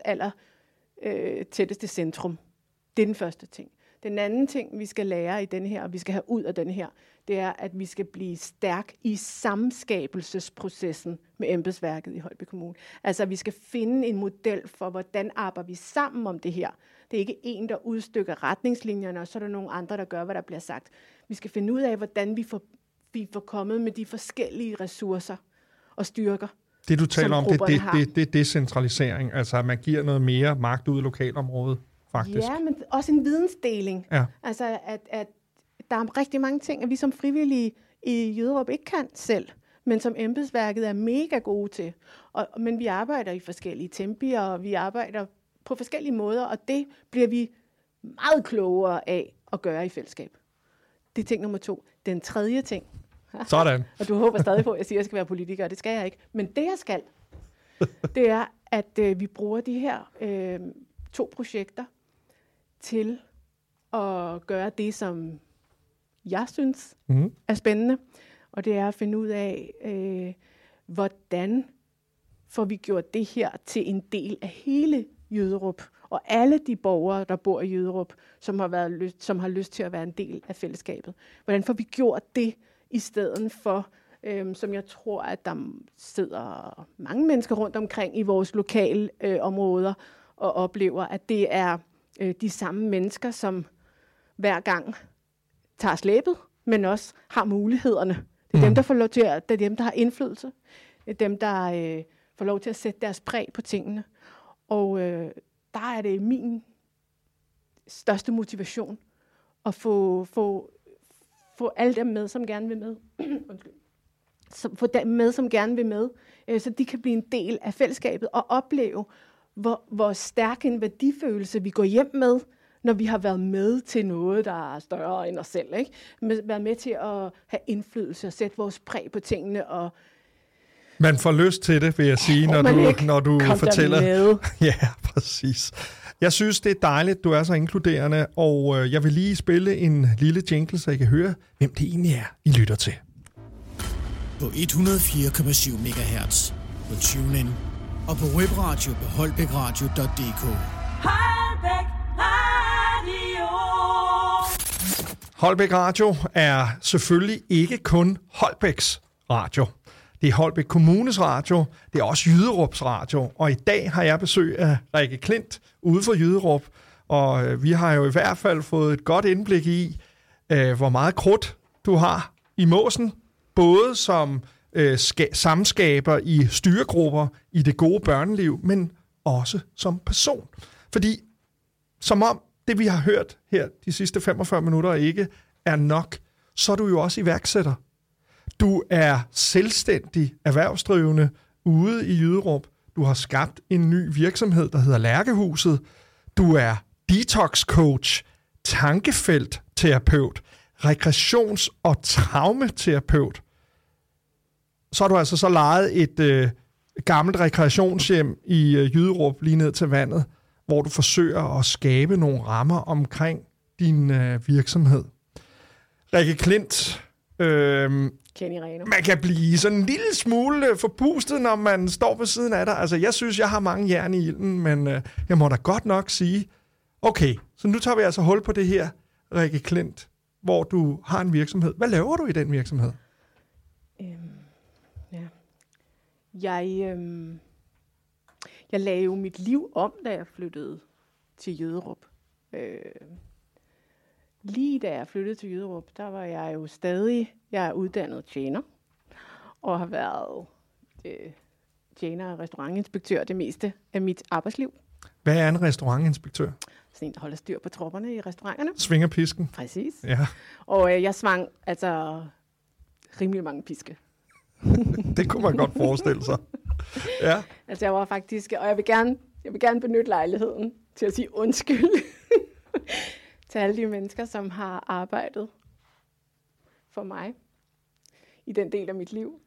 tætteste centrum. Det er den første ting. Den anden ting, vi skal lære i denne her, og vi skal have ud af denne her, det er, at vi skal blive stærk i samskabelsesprocessen med embedsværket i Holbæk Kommune. Altså, vi skal finde en model for, hvordan arbejder vi sammen om det her. Det er ikke en, der udstykker retningslinjerne, og så er der nogle andre, der gør, hvad der bliver sagt. Vi skal finde ud af, hvordan vi får kommet med de forskellige ressourcer og styrker. Det, du taler om, det er decentralisering. Altså, at man giver noget mere magt ud i lokalområdet, faktisk. Ja, men også en vidensdeling. Ja. Altså, at der er rigtig mange ting, at vi som frivillige i Jyderup ikke kan selv, men som embedsværket er mega gode til. Men vi arbejder i forskellige tempier, og vi arbejder på forskellige måder, og det bliver vi meget klogere af at gøre i fællesskab. Det er ting nummer 2. Den tredje ting. Sådan. Og du håber stadig på, at jeg siger, at jeg skal være politiker, og det skal jeg ikke. Men det, jeg skal, det er, at vi bruger de her 2 projekter til at gøre det, som jeg synes er spændende. Og det er at finde ud af, hvordan får vi gjort det her til en del af hele Jyderup, og alle de borgere, der bor i Jyderup, som har lyst til at være en del af fællesskabet. Hvordan får vi gjort det, i stedet for, som jeg tror, at der sidder mange mennesker rundt omkring i vores lokale områder, og oplever, at det er de samme mennesker, som hver gang tager slæbet, men også har mulighederne. Det er dem, der får lov til det er dem, der har indflydelse. Det er dem, der får lov til at sætte deres præg på tingene. Og der er det min største motivation at få alle dem med, som gerne vil med. Få dem med, som gerne vil med, så de kan blive en del af fællesskabet og opleve, hvor stærk en værdifølelse vi går hjem med, når vi har været med til noget, der er større end os selv. Ikke? Været med til at have indflydelse og sætte vores præg på tingene. Og man får lyst til det, vil jeg sige, når du fortæller. Ja, præcis. Jeg synes, det er dejligt, du er så inkluderende, og jeg vil lige spille en lille jingle, så I kan høre, hvem det egentlig er, I lytter til. På 104,7 MHz. På TuneIn. Og på webradio på holbækradio.dk. Holbæk Radio. Holbæk Radio er selvfølgelig ikke kun Holbæks radio. Det er Holbæk Kommunes radio, det er også Jyderups radio, og i dag har jeg besøg af Rikke Klint ude for Jyderup, og vi har jo i hvert fald fået et godt indblik i, hvor meget krudt du har i måsen, både som samskaber i styregrupper i det gode børneliv, men også som person. Fordi som om det, vi har hørt her de sidste 45 minutter ikke er nok, så er du jo også iværksætter. Du er selvstændig erhvervsdrivende ude i Jyderup. Du har skabt en ny virksomhed, der hedder Lærkehuset. Du er detox-coach, tankefeltterapeut, regressions- og traumaterapeut. Så har du altså så lejet et gammelt rekreationshjem i Jyderup lige ned til vandet, hvor du forsøger at skabe nogle rammer omkring din virksomhed. Rikke Klint, man kan blive sådan en lille smule forpustet, når man står ved siden af dig. Altså, jeg synes, jeg har mange jern i ilden, men jeg må da godt nok sige, okay, så nu tager vi altså hul på det her, Rikke Klint, hvor du har en virksomhed. Hvad laver du i den virksomhed? Jeg lagde jo mit liv om, da jeg flyttede til Jyderup. Lige da jeg flyttede til Jyderup, der var jeg jo stadig, jeg er uddannet tjener, og har været tjener og restaurantinspektør det meste af mit arbejdsliv. Hvad er en restaurantinspektør? Sådan en, der holder styr på tropperne i restauranterne. Svinger pisken? Præcis. Ja. Og jeg svang altså rimelig mange piske. Det kunne man godt forestille sig. Ja. Altså jeg var faktisk, og jeg vil gerne benytte lejligheden til at sige undskyld til alle de mennesker, som har arbejdet for mig i den del af mit liv.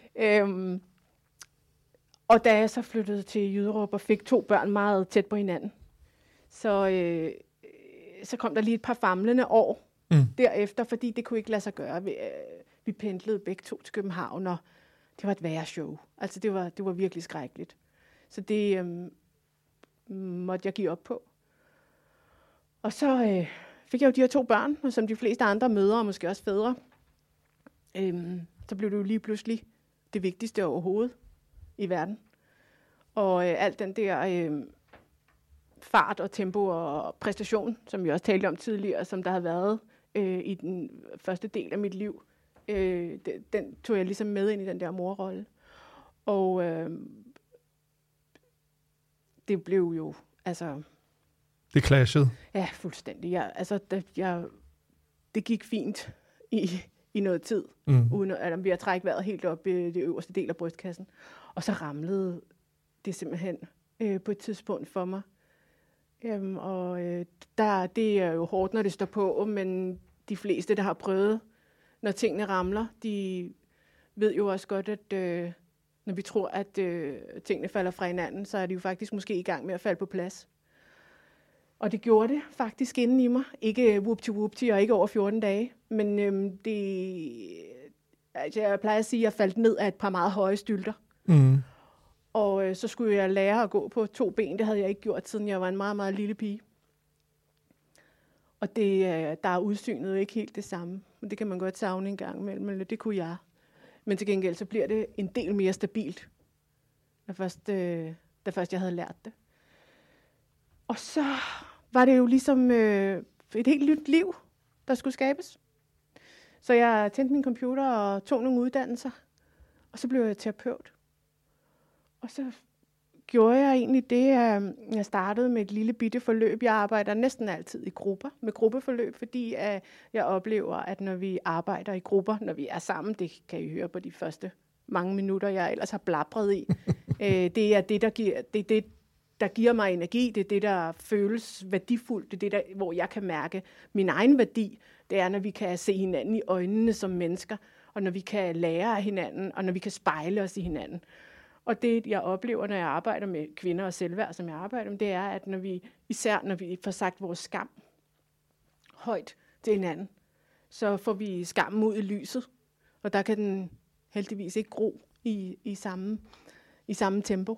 Og da jeg så flyttede til Jyderup og fik 2 børn meget tæt på hinanden, så kom der lige et par famlende år derefter, fordi det kunne ikke lade sig gøre. Vi pendlede begge 2 til København, og det var et værre show. Altså det var virkelig skrækkeligt. Så det måtte jeg give op på. Og så fik jeg jo de her 2 børn, og som de fleste andre mødre, og måske også fædre, så blev det jo lige pludselig det vigtigste overhovedet i verden. Og alt den der fart og tempo og præstation, som vi også talte om tidligere, som der har været i den første del af mit liv, den tog jeg ligesom med ind i den der morrolle. Og det blev jo, altså... Det clashede? Ja, fuldstændig. Det gik fint i noget tid, uden at vi har trækket vejret helt op i det øverste del af brystkassen. Og så ramlede det simpelthen på et tidspunkt for mig. Det er jo hårdt, når det står på, men de fleste, der har prøvet, når tingene ramler, de ved jo også godt, at når vi tror, at tingene falder fra hinanden, så er de jo faktisk måske i gang med at falde på plads. Og det gjorde det faktisk inden i mig. Ikke whoopty og ikke over 14 dage, men jeg plejer at sige, at jeg faldt ned af et par meget høje stylter. Og så skulle jeg lære at gå på 2 ben. Det havde jeg ikke gjort, siden jeg var en meget, meget lille pige. Og der er udsynet ikke helt det samme. Men det kan man godt savne en gang imellem, men det kunne jeg. Men til gengæld så bliver det en del mere stabilt, da først jeg havde lært det. Og så var det jo ligesom et helt nyt liv, der skulle skabes. Så jeg tændte min computer og tog nogle uddannelser, og så blev jeg terapeut. Og så gjorde jeg egentlig det, at jeg startede med et lille bitte forløb. Jeg arbejder næsten altid i grupper med gruppeforløb, fordi jeg oplever, at når vi arbejder i grupper, når vi er sammen, det kan I høre på de første mange minutter, jeg ellers har blabret i, det er det, der giver mig energi, det er det, der føles værdifuldt, det er det, hvor jeg kan mærke min egen værdi. Det er, når vi kan se hinanden i øjnene som mennesker, og når vi kan lære af hinanden, og når vi kan spejle os i hinanden. Og det, jeg oplever, når jeg arbejder med kvinder og selvværd, som jeg arbejder med, det er, at især når vi får sagt vores skam højt til hinanden, så får vi skammen ud i lyset, og der kan den heldigvis ikke gro i samme tempo.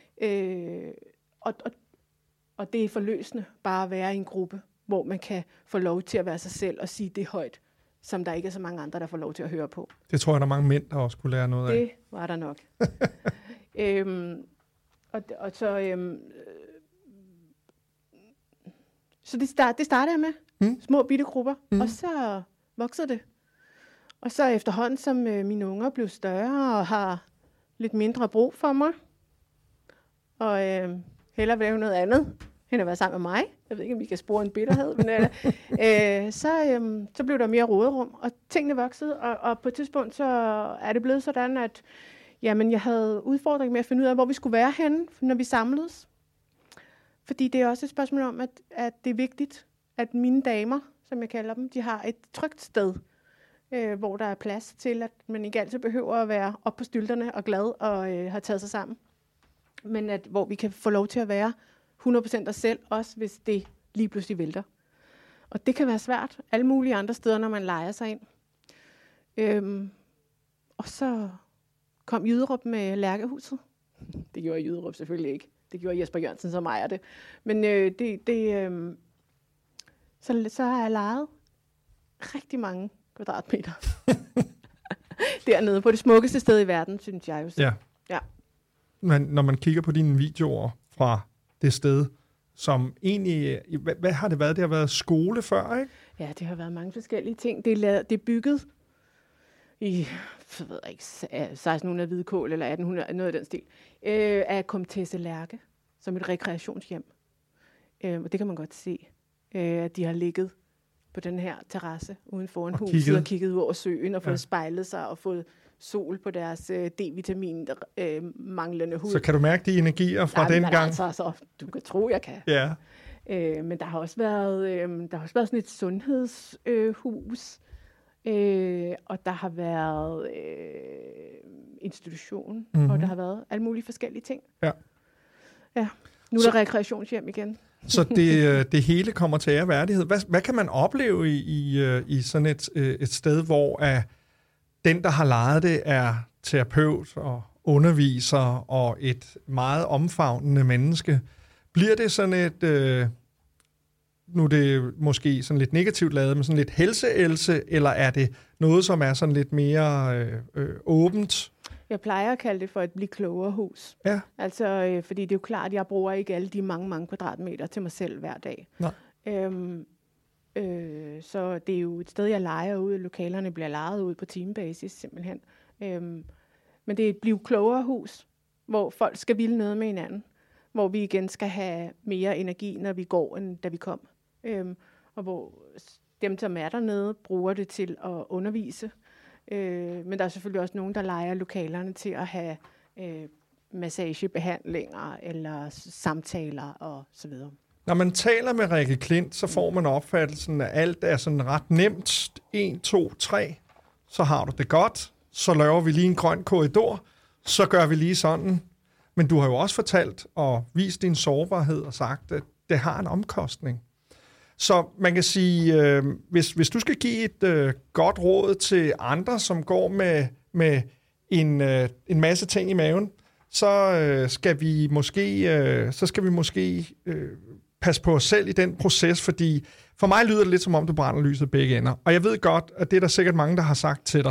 Og det er forløsende bare at være i en gruppe, hvor man kan få lov til at være sig selv og sige det højt, som der ikke er så mange andre, der får lov til at høre på. Det tror jeg, der er mange mænd, der også kunne lære noget af. Det var der nok. Så det startede jeg med. Små bitte grupper. Og så voksede det. Og så efterhånden, som mine unger blev større og har lidt mindre brug for mig, og hellere vil noget andet, end at være sammen med mig. Jeg ved ikke, om vi kan spore en bitterhed, men så blev der mere råderum, og tingene voksede, og på et tidspunkt så er det blevet sådan, at jamen, jeg havde udfordring med at finde ud af, hvor vi skulle være henne, når vi samledes. Fordi det er også et spørgsmål om, at det er vigtigt, at mine damer, som jeg kalder dem, de har et trygt sted, hvor der er plads til, at man ikke altid behøver at være op på stylterne og glad og have taget sig sammen. Men hvor vi kan få lov til at være 100% os selv, også hvis det lige pludselig vælter. Og det kan være svært alle mulige andre steder, når man leger sig ind. Og så kom Jyderup med Lærkehuset. Det gjorde Jyderup selvfølgelig ikke. Det gjorde Jesper Jørgensen, som ejer det. Men så har jeg lejet rigtig mange kvadratmeter. Dernede på det smukkeste sted i verden, synes jeg jo. Ja. Men når man kigger på dine videoer fra det sted, som egentlig... Hvad har det været? Det har været skole før, ikke? Ja, det har været mange forskellige ting. Det er bygget i, jeg ved ikke, 1600 hvidkål eller 1800, noget af den stil, af Komtesse Lærke, som et rekreationshjem. Og det kan man godt se, at de har ligget på den her terrasse uden foran huset og kigget ud over søen og fået spejlet sig og fået sol på deres D-vitamin manglende hud. Så kan du mærke de energier fra den gang? Altså, så du kan tro, jeg kan. Ja. Men der har også været sådan et sundhedshus, og der har været institution, og der har været alle mulige forskellige ting. Ja. Nu er der rekreationshjem igen. Så det hele kommer til værdighed. Hvad kan man opleve i sådan et sted, hvor den, der har lejet det, er terapeut og underviser og et meget omfavnende menneske? Bliver det sådan et... nu er det måske sådan lidt negativt lavet, men sådan lidt helseelse, eller er det noget, som er sådan lidt mere åbent? Jeg plejer at kalde det for et blive klogere hus. Ja. Altså, fordi det er jo klart, at jeg bruger ikke alle de mange kvadratmeter til mig selv hver dag. Nej. Så det er jo et sted, jeg leger ud. Lokalerne bliver lejet ud på timebasis, simpelthen. Men det er et blive klogere hus, hvor folk skal ville noget med hinanden. Hvor vi igen skal have mere energi, når vi går, end da vi kom. Og hvor dem, som er dernede, bruger det til at undervise. Men der er selvfølgelig også nogen, der lejer lokalerne til at have massagebehandlinger eller samtaler og så videre. Når man taler med Rikke Klint, så får man opfattelsen, at alt er sådan ret nemt. 1, 2, 3, så har du det godt. Så laver vi lige en grøn korridor. Så gør vi lige sådan. Men du har jo også fortalt og vist din sårbarhed og sagt, at det har en omkostning. Så man kan sige, hvis du skal give et godt råd til andre, som går med en masse ting i maven, så skal vi måske passe på os selv i den proces, fordi for mig lyder det lidt som om, du brænder lyset begge ender. Og jeg ved godt, at det er der sikkert mange, der har sagt til dig.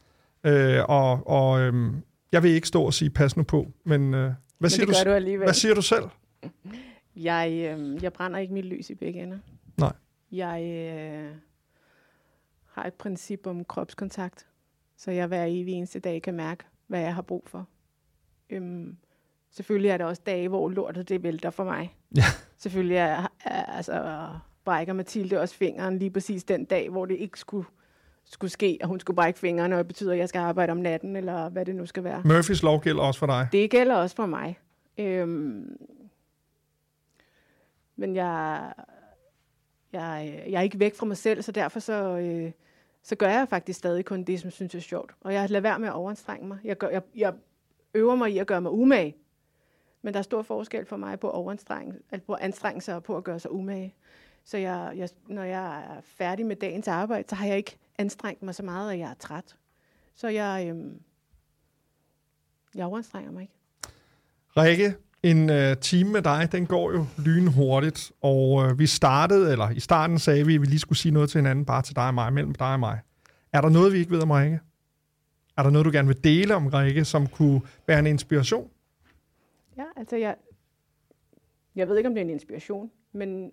Jeg vil ikke stå og sige, pas nu på, men hvad siger du selv? Jeg brænder ikke mit lys i begge ender. Nej. Jeg har et princip om kropskontakt, så jeg hver evig eneste dag kan mærke, hvad jeg har brug for. Selvfølgelig er der også dage, hvor lortet det vælter for mig. Ja. Selvfølgelig brækker Mathilde også fingeren lige præcis den dag, hvor det ikke skulle ske, og hun skulle brække fingrene, og det betyder, at jeg skal arbejde om natten, eller hvad det nu skal være. Murphys lov gælder også for dig? Det gælder også for mig. Men jeg er ikke væk fra mig selv, så derfor så gør jeg faktisk stadig kun det, som synes er sjovt. Og jeg lader være med at overanstrenge mig. øver mig i at gøre mig umage. Men der er stor forskel for mig på at anstrenge sig og på at gøre sig umage. Så når jeg er færdig med dagens arbejde, så har jeg ikke anstrengt mig så meget, at jeg er træt. Så jeg overanstrenger mig ikke. Rikke, en time med dig, den går jo lynhurtigt, og i starten sagde vi, at vi lige skulle sige noget til hinanden, bare til dig og mig, mellem dig og mig. Er der noget, vi ikke ved om Rikke? Er der noget, du gerne vil dele om Rikke, som kunne være en inspiration? Ja, altså jeg ved ikke, om det er en inspiration, men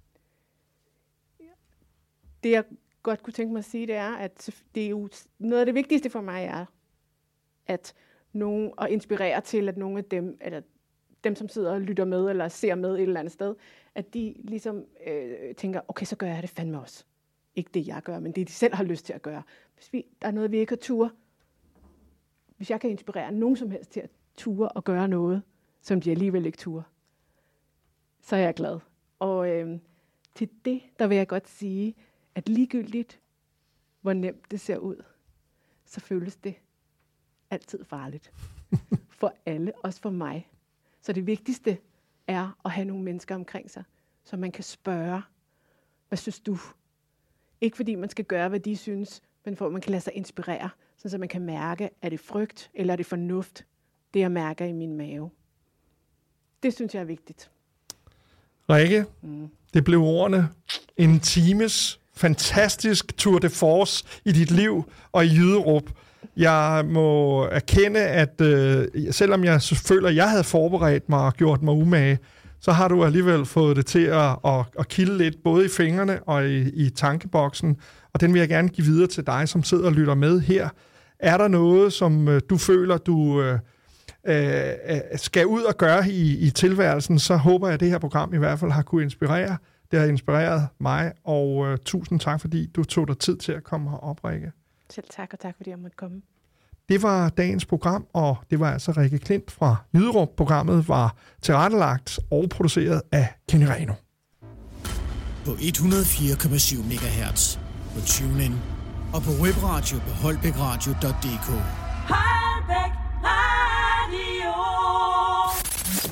det jeg godt kunne tænke mig at sige, det er, at det er jo noget af det vigtigste for mig er, at inspirere til, at nogle af dem, eller dem, som sidder og lytter med, eller ser med et eller andet sted, at de ligesom tænker, okay, så gør jeg det fandme også. Ikke det, jeg gør, men det, de selv har lyst til at gøre. Hvis der er noget, vi ikke har ture, hvis jeg kan inspirere nogen som helst til at ture og gøre noget, som de alligevel ikke ture, så er jeg glad. Og til det, der vil jeg godt sige, at ligegyldigt, hvor nemt det ser ud, så føles det altid farligt. For alle, også for mig. Så det vigtigste er at have nogle mennesker omkring sig, så man kan spørge, hvad synes du? Ikke fordi man skal gøre, hvad de synes, men for at man kan lade sig inspirere, så man kan mærke, er det frygt, eller er det fornuft, det jeg mærker i min mave. Det synes jeg er vigtigt. Rikke, det blev ordene. En times fantastisk tour de force i dit liv og i Jyderup. Jeg må erkende, at selvom jeg føler, at jeg havde forberedt mig og gjort mig umage, så har du alligevel fået det til at kilde lidt, både i fingrene og i tankeboksen. Og den vil jeg gerne give videre til dig, som sidder og lytter med her. Er der noget, som du føler, du skal ud og gøre i tilværelsen, så håber jeg, at det her program i hvert fald har kunne inspirere. Det har inspireret mig, og tusind tak, fordi du tog dig tid til at komme herop, Rikke. Selv tak, og tak fordi jeg måtte komme. Det var dagens program, og det var altså Rikke Klint fra Jyderup. Programmet var tilrettelagt og produceret af Kenny Reno. På 104,7 MHz. På TuneIn. Og på webradio på holbækradio.dk. Holbæk